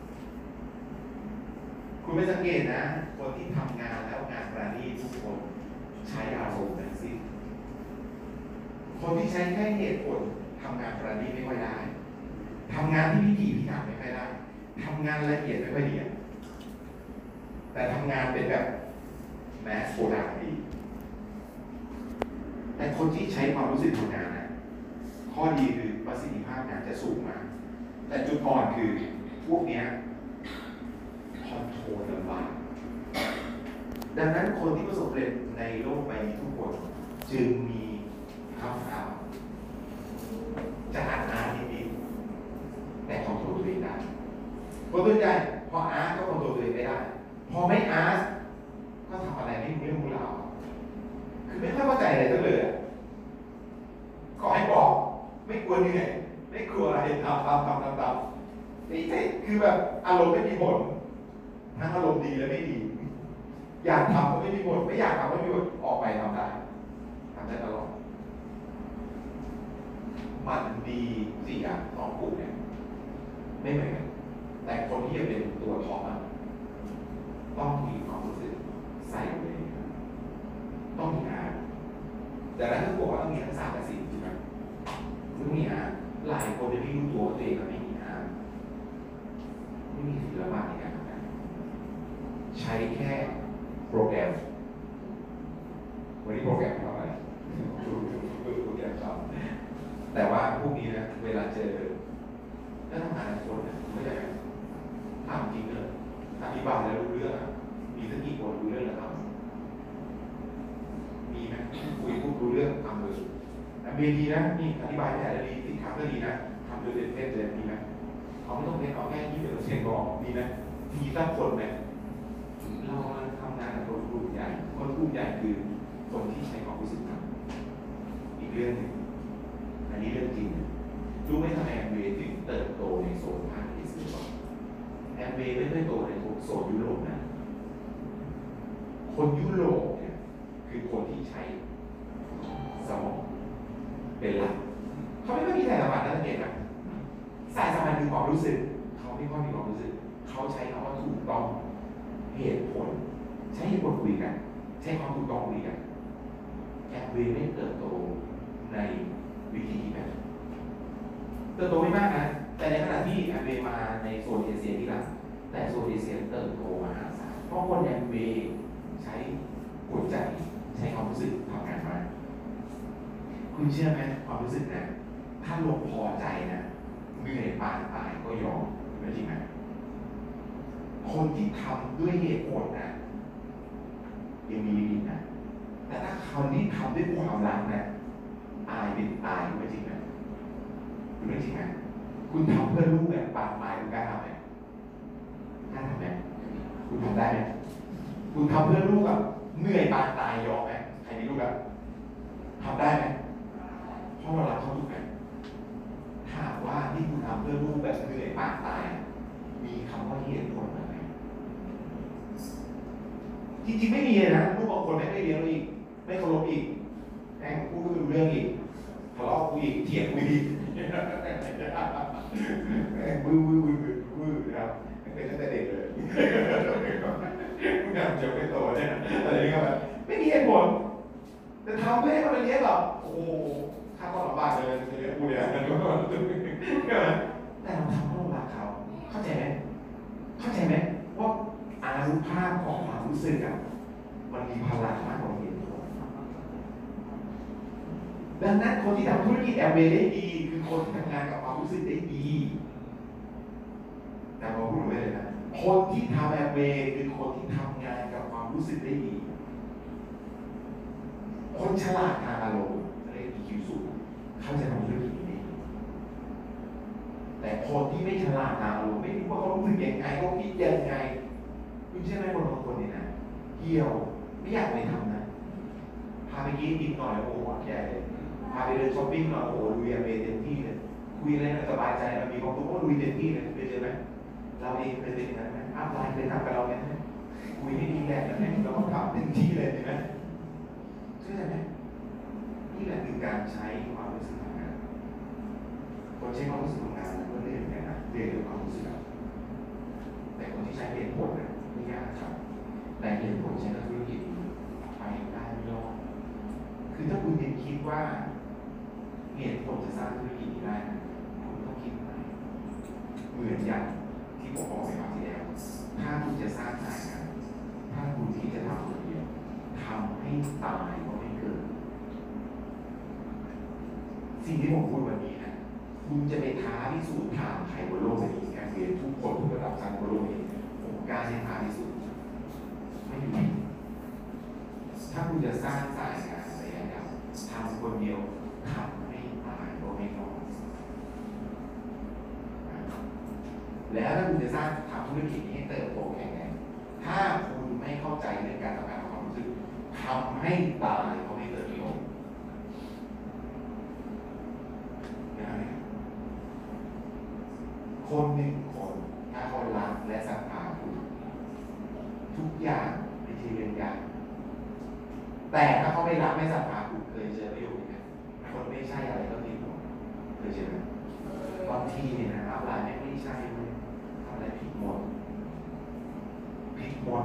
[SPEAKER 1] คุณไม่สังเกตนะคนที่ทำงานแล้วงานประณีตทุกคนใช้อารมณ์ทั้งสิ้นคนที่ใช้แค่เหตุผลทำงานประณีตไม่ค่อยได้ทำงานที่พิถีพิถันไม่ค่อยได้ทำงานละเอียดไม่ค่อยดีแต่ทำงานเป็นแบบแมสโปรดักต์ดีแต่คนที่ใช้ความรู้สึกทำงานนะข้อดีคือประสิทธิภาพงานจะสูงมากแต่จุดอ่อนคือพวกเนี้ยคอนโทรลลำบากดังนั้นคนที่ประสบความสำเร็จในโลกใบนี้ทุกคนจึงมีคำถามจะอาร์ตนิดๆแต่คอนโทรลตัวเองได้คนส่วนใหญ่พออาร์ตก็คอนโทรลตัวเองไม่ได้พอไม่อาร์ตก็ทำอะไรไม่รู้เราคือไม่ค่อยเข้าใจอะไรทั้งเลยขอให้บอกไม่กลัวเหนื่อยไม่กลัวอะไรทำนี่ใช่คือแบบอารมณ์ไม่มีผลทั้งอารมณ์ดีและไม่ดีอยากทำก็ไม่มีผลไม่อยากทำก็ไม่มีผลออกไปทำได้ตลอดมันดีสี่อย่างสองกลุ่มเนี่ยไม่เหมือนกันแต่คนที่จะเป็นตัวท็อปต้องมีความรู้สึกใส่เลยต้องมีอาร์ตแต่แล้วก็บอกว่าต้องมีทักษะและสิ่งใช่ไหมต้องมีอาร์ตหลายคนจะไม่รู้ตัวตัวเองก็ไม่มีอาร์ตไม่มีศิลปะในการทำงานใช้แค่โปรแกรมวันนี้โปรแกรมทำอะไรโปรแกรมชอบแต่ว่าพวกนี้นะเวลาเจอแล้วทำงานกับคนเนี่ยไม่ได้ถามจริงเลยอธิบายแล้วรู้เรื่องมีสักกี่คนรู้เรื่องแล้วครับมีไหมคุยพูดรู้เรื่องทำเลยดีนะนี่อธิบายแต่ละดีสินค้าก็ดีนะทำโดยเต็มเลยมีไหมเขาไม่ต้องเรียนเอาแค่20%บอกมีไหมมีสักคนไหมเราทำงานกับคนกลุ่มใหญ่คือคนที่ใช้ความรู้สึกทำอีกเรื่องหนึ่งอันนี้เรื่องจริงรู้ไหมทำไมแอมเวย์ถึงเติบโตในโซนภาคเอเชียแอมเวย์ไม่ได้โตในโซนยุโรปนะคนยุโรปเนี่ยคือคนที่ใช้สมองเป็นหลักเขาไม่ค่อยมีสายสัมพันธ์นะสังเกตไหมสายสัมพันธ์คือความรู้สึกเขาไม่ค่อยมีความรู้สึกเขาใช้คำว่าถูกต้องเหตุผลใช้เหตุผลคุยกันใช้ความถูกต้องคุยกันแอมเวย์ไม่เติบโตในวิธีแบบเติบโตไม่มากนะแต่ในขณะที่แอมเวย์มาในโซนเอเชียที่หลังแต่โซนเอเชียเติบโตมหาศาลเพราะคนแอมเวย์ใช้หัวใจใช้ความรู้สึกทำงานมากคุณเชื่อไหมความรู้สึกนะถ้าลงพอใจนะเหนื่อยปานตายก็ยอมไม่จริงไหมคนที่ทำด้วยเหตุผลนะยังมีดีนะแต่ถ้าคนที่ทำด้วยความรักนะอายเป็นตายไม่จริงไหมไม่จริงไหมคุณทำเพื่อลูกแบบปากหมายคุณกล้าทำไหมกล้าทำไหมคุณทำได้ไหมคุณทำเพื่อลูกแบบเหนื่อยปานตายยอมไหมใครมีลูกแบบทำได้ไหมเพราะเรารักเขาทุกแบบถามว่าที่คุณทำเพื่อลูกแบบเหนื่อยปานตายมีคำว่าเหตุผลอะไรจริงๆไม่มีเลยนะลูกบางคนไม่เลี้ยงอีกไม่เคารพอีกแม่งพูดไม่รู้เรื่องอีกทะเลาะกูอีกเถียงกูอีกบื้อนะครับเป็นตั้งแต่เด็กเลยงานเจียวไม่โตเนี่ยอะไรนี่ก็แบบไม่มีเหตุผลจะทำเพื่อให้มันเป็นเลี้ยงหรอโอ้ข้าก็ลำบากเลยเลี้ยงกูเนี่ยแต่เราทำเพราะเรารักเขาเข้าใจไหมว่าอานุภาพของความรู้สึกอ่ะมันมีพลังมากกว่าเหตุผลดังนั้นคนที่ทำธุรกิจแอมเวย์ได้ดีคือคนที่ทำงานกับความรู้สึกได้ดีแต่ผมพูดไว้เลยนะคนที่ทำแอมเวย์คือคนที่ทำงานกับความรู้สึกได้ดีคนฉลาดทางอารมณ์เรียก EQ สูงเขาจะทำธุรกิจนี้แต่คนที่ไม่ฉลาดทางอารมณ์ไม่รู้ว่าเขารู้สึกยังไงเขาคิดยังไงคุณเชื่อไหมคนบางคนเนี่ยนะเหี่ยวไม่อยากไปทำนะพาไปกินดิบหน่อยโอ้โหแย่เลยพาไปเดินช้อปปิ้งหน่อยโอ้โหลุยเต็มที่เลยคุยอะไรสบายใจมีความสุขก็ลุยเต็มที่เลยเคยเจอไหมเราเองเคยเป็นอย่างนั้นไหมอัพไลน์เคยทำกับเราไหมคุยให้ดีแหละแล้วเราก็ทำเต็มที่เลยเห็นไหมเชื่อไหมการใช้ความรู้สึกทำงานคนใช้ความรู้สึกทำงานก็เรียนเนี่ยนะเรียนด้วยความรู้สึกแต่คนที่ใช้เหตุผลเนี่ยไม่ยากครับแต่เหตุผลใช้ในธุรกิจไปได้ไม่รอดคือถ้าคุณยังคิดว่าเหตุผลจะสร้างธุรกิจได้คุณต้องคิดใหม่เหมือนอย่างที่ผมบอกไปคราวที่แล้วถ้าคุณจะสร้างสายงานถ้าคุณที่จะทำคนเดียวทำให้ตายก็ไม่เกิดสิ่งที่ผมพูดวันนี้นะคุณจะไปท้าพิสูจน์ถามใครบนโลกนี้แกเรียนทุกคนทุกระดับชั้นบนโลกนี้ผมกล้าให้ท้าพิสูจน์ไม่มีถ้าคุณจะสร้างสายงานระยะยาวทำคนเดียวทำให้ตายก็ไม่รอดแล้วถ้าคุณจะสร้างทำธุรกิจนี้ให้เติบโตแข็งแรงถ้าคุณไม่เข้าใจเรื่องการทำงานของความรู้สึกทำให้ตายก็ไม่เติบโตคนหนึ่งคนถ้าเขารักและศรัทธาคุณทุกอย่างไม่ใช่เรื่องยากแต่ถ้าเขาไม่รักไม่ศรัทธาคุณเคยเจอประโยคนี้ไหมคนไม่ใช่อะไรก็ผิดหมดเคยเจอไหมบางทีเนี่ยนะอะไรไม่ใช่เลยทำอะไรผิดหมดผิดหมด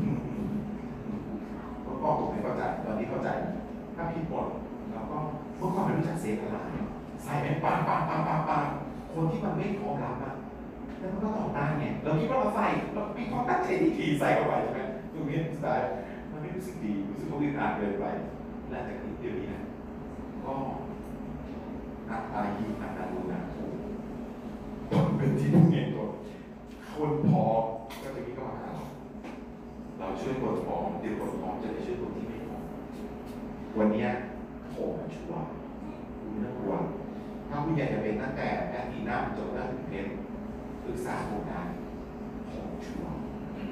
[SPEAKER 1] เมื่อก่อนผมไม่เข้าใจตอนนี้เข้าใจถ้าผิดหมดเราก็เมื่อก่อนไม่รู้จักเซฟอะไรใส่เป็นปังคนที่มันไม่พร้อมรับอะแล้วมันก็ตอบได้ไงเราคิดว่าเราใส่เรามีความตั้งใจดีใส่เข้าไปใช่ไหมตรงนี้สไตล์มันไม่รู้สึกดีรู้สึกว่าอึดอัดเกินไปและจากนี้เดี๋ยวนี้นะก็อัตตาหิอัตตาลูนะโอ้เป็นที่มุ่งเงินตัวคนพอก็จะมีก็มาหาเราช่วยคนพอเดี๋ยวคนพอจะได้ช่วยคนที่ไม่พอวันนี้โผล่มาชัวร์คุณไม่ต้องกลัวถ้าคุณอยากจะเป็นตั้งแต่แอดมินหน้าจบแล้วถึงเพนปรึกษาผมได้ผมชัวร์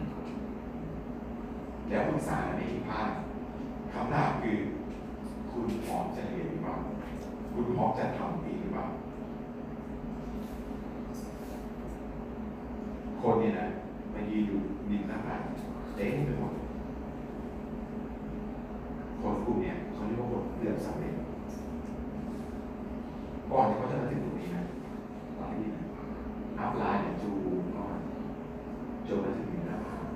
[SPEAKER 1] แล้วปรึกษาในที่พลาดคำถามคือคุณพร้อมจะเรียนหรือเปล่าคุณพร้อมจะทำดีหรือเปล่าคนเนี่ยนะมายืนอยู่ริมหน้าต่างเต็มไปหมดคนกลุ่มเนี่ยเขาเรียกว่าคนเกือบสำเร็จก่อนที่เขาจะมาถึงตรงนี้นะตอนนี้นะอัพไลน์เนี่ยจูก่อนจนมาถึงหน้าผา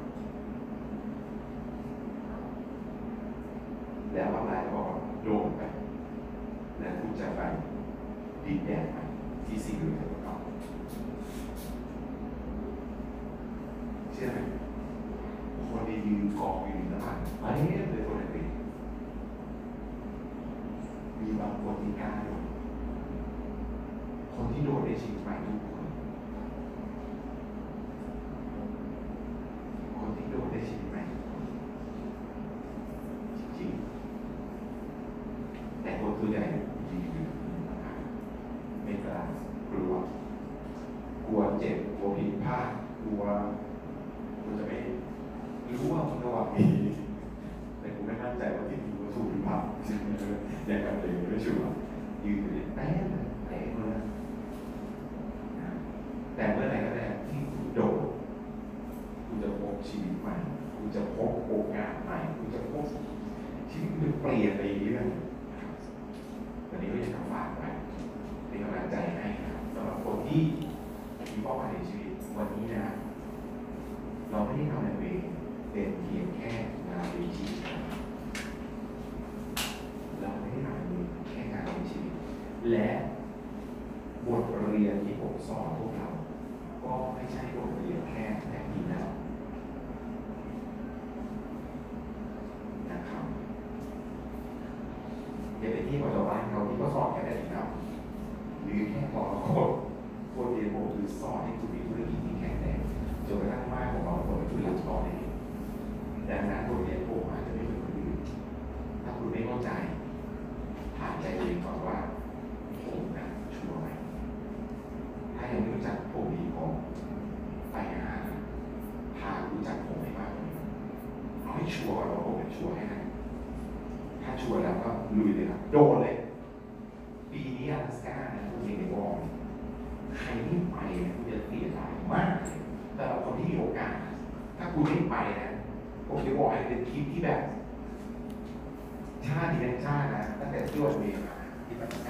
[SPEAKER 1] แล้วอัพไลน์ก็โดนไปแล้วคุณจะไปดินแดนใหม่ที่สิ่งอื่นจะประกอบเชื่อไหมคนที่ยืนกองอยู่ในหน้าผาอันนี้เลยคนอื่นมีบางคนที่กล้าโดนคนที่โดนในชีวิตใหม่ทุกคนคนที่โดนในชีวิตใหม่จริงๆแต่คนตัวใหญ่ยืนอยู่ไม่กล้ากลัวเจ็บกลัวผิดพลาดกลัวจะไม่รู้ว่ามันระหว่างนี้แต่กูไม่มั่นใจว่าที่กูถูกหรือเปล่าอย่างนั้นเลยไม่ชัวร์ยืนอยู่เต้นเลยแต่เมื่อไหร่ก็ได้ที่คุณโดดคุณจะพบชีวิตใหม่คุณจะพบโอกาสใหม่คุณจะพบชีวิตคุณเปลี่ยนไปเรื่อยวันนี้ก็อยากจะฝากไว้เป็นกำลังใจให้ครับสำหรับคนที่มีเป้าหมายในชีวิตวันนี้นะเราไม่ได้ทำอะไรเป็นเพียงแค่งานในชีวิตเราไม่ได้ทำแค่งานในชีวิตและบทเรียนที่ผมสอนพวกเราก็ไม่ใช่บทเรียนแค่นี้แล้วนะครับอย่าไปที่ของชาวบ้านเขาที่เขาสอนแค่นี้แล้วหรือแค่ขอโคตรเรียนผมคือสอนให้คุณมีธุรกิจที่แข็งแรงจนกระทั่งมากของเราคนช่วยรับต่อได้ดังนั้นบทเรียนผมอาจจะไม่เหมือนคนอื่นถ้าคุณไม่เข้าใจถามใจตัวเองก่อนว่าผมนะชัวร์ไหมถ้ายังไม่รู้จักผมดีพอไปหาพารู้จักผมให้มากกว่านี้เอาให้ชัวร์ก่อนว่าผมเป็นชัวร์แค่ไหนถ้าชัวร์แล้วก็ลุยเลยครับโดนเลยปีนี้อลาสก้านะคุณเองในวอร์มใครไม่ไปนะคุณจะเสียดายมากเลยแต่เราคนที่มีโอกาสถ้าคุณไม่ไปนะผมจะบอกให้เป็นทริปที่แบบชาติที่เป็นชาตินะตั้งแต่ที่วันเวมา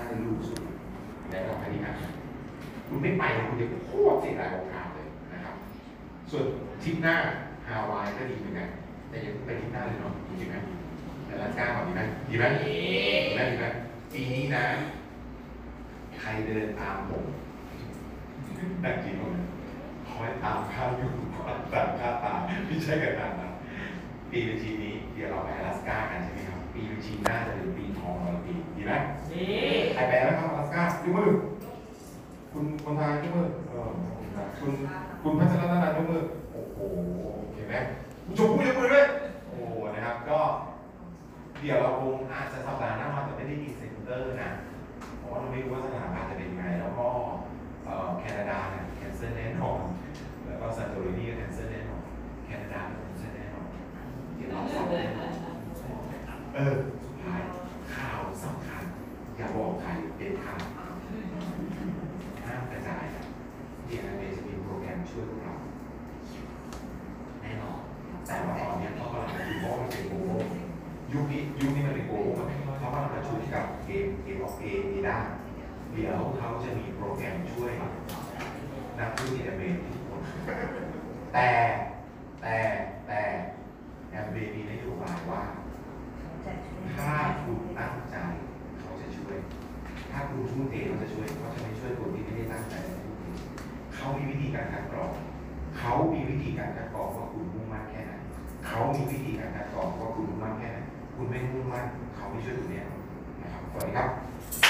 [SPEAKER 1] จะรู้สุดในระดับปฏิบัติคุณไม่ไปคุณจะโคตรเสียดายโอกาสเลยนะครับส่วนทริปหน้าฮาวายก็ดีเหมือนกันแต่ยังไปทริปหน้าเลยเนาะดีไหมแต่ละก้าวดีไหมดีไหมดีไหมปีนี้นะใครเดินตามผมนั่งกินผมคอยตามข้าวอยู่ตามข้าวตาไม่ใช่กันนะปีบัญชีนี้เดี๋ยวเราไปอลาสก้ากันใช่ไหมครับปีบัญชีหน้าจะเป็นปีทองเราปีดีไหมดีใครไปแล้วครับอลาสก้ายกมือคุณคนไทยยกมือคุณพัชรรัตน์ยกมือโอ้โหเห็นไหมคุณชมพู่ยกมือด้วยโอ้นะครับก็เดี๋ยวเราคงอาจจะสัปดาห์หน้าเราจะไม่ได้มีเซ็นเตอร์นะเพราะว่าเราไม่รู้ว่าสถานการณ์จะเป็นยังไงแล้วก็แคนาดาเนี่ยแคนเซิลแน่นอนแล้วก็ซันโตรินีก็แคนเซิลแน่นอนแคนาดาแคนเซิลแน่นอนเดี๋ยวเราสับแน่นอนสุดท้ายข่าวสำคัญอย่าบอกใครเด็ดขาดห้ามกระจายที่อันนี้จะมีโปรแกรมช่วยพวกเราแน่นอนแต่ว่าตอนนี้เขากำลังประชุมเพราะมันเป็นโกลบอลยุคนี้มันเป็นโกลบอลเขากำลังประชุมกับเกมออฟเอด้าเดี๋ยวเขาจะมีโปรแกรมช่วยนักธุรกิจอเมริกันทุกคนแต่แอมเบย์มีนโยบายว่าถ้าคุณตั้งใจเขาจะช่วยถ้าคุณทุ่มเทเขาจะช่วยเขาจะไม่ช่วยคนที่ไม่ได้ตั้งใจเขามีวิธีการคัดกรองว่าคุณมุ่งมั่นแค่ไหนเขามีวิธีการคัดกรองว่าคุณมุ่งมั่นแค่ไหนคุณไม่มุ่งมั่นเขาไม่ช่วยคุณแน่นะครับสวัสดีครับ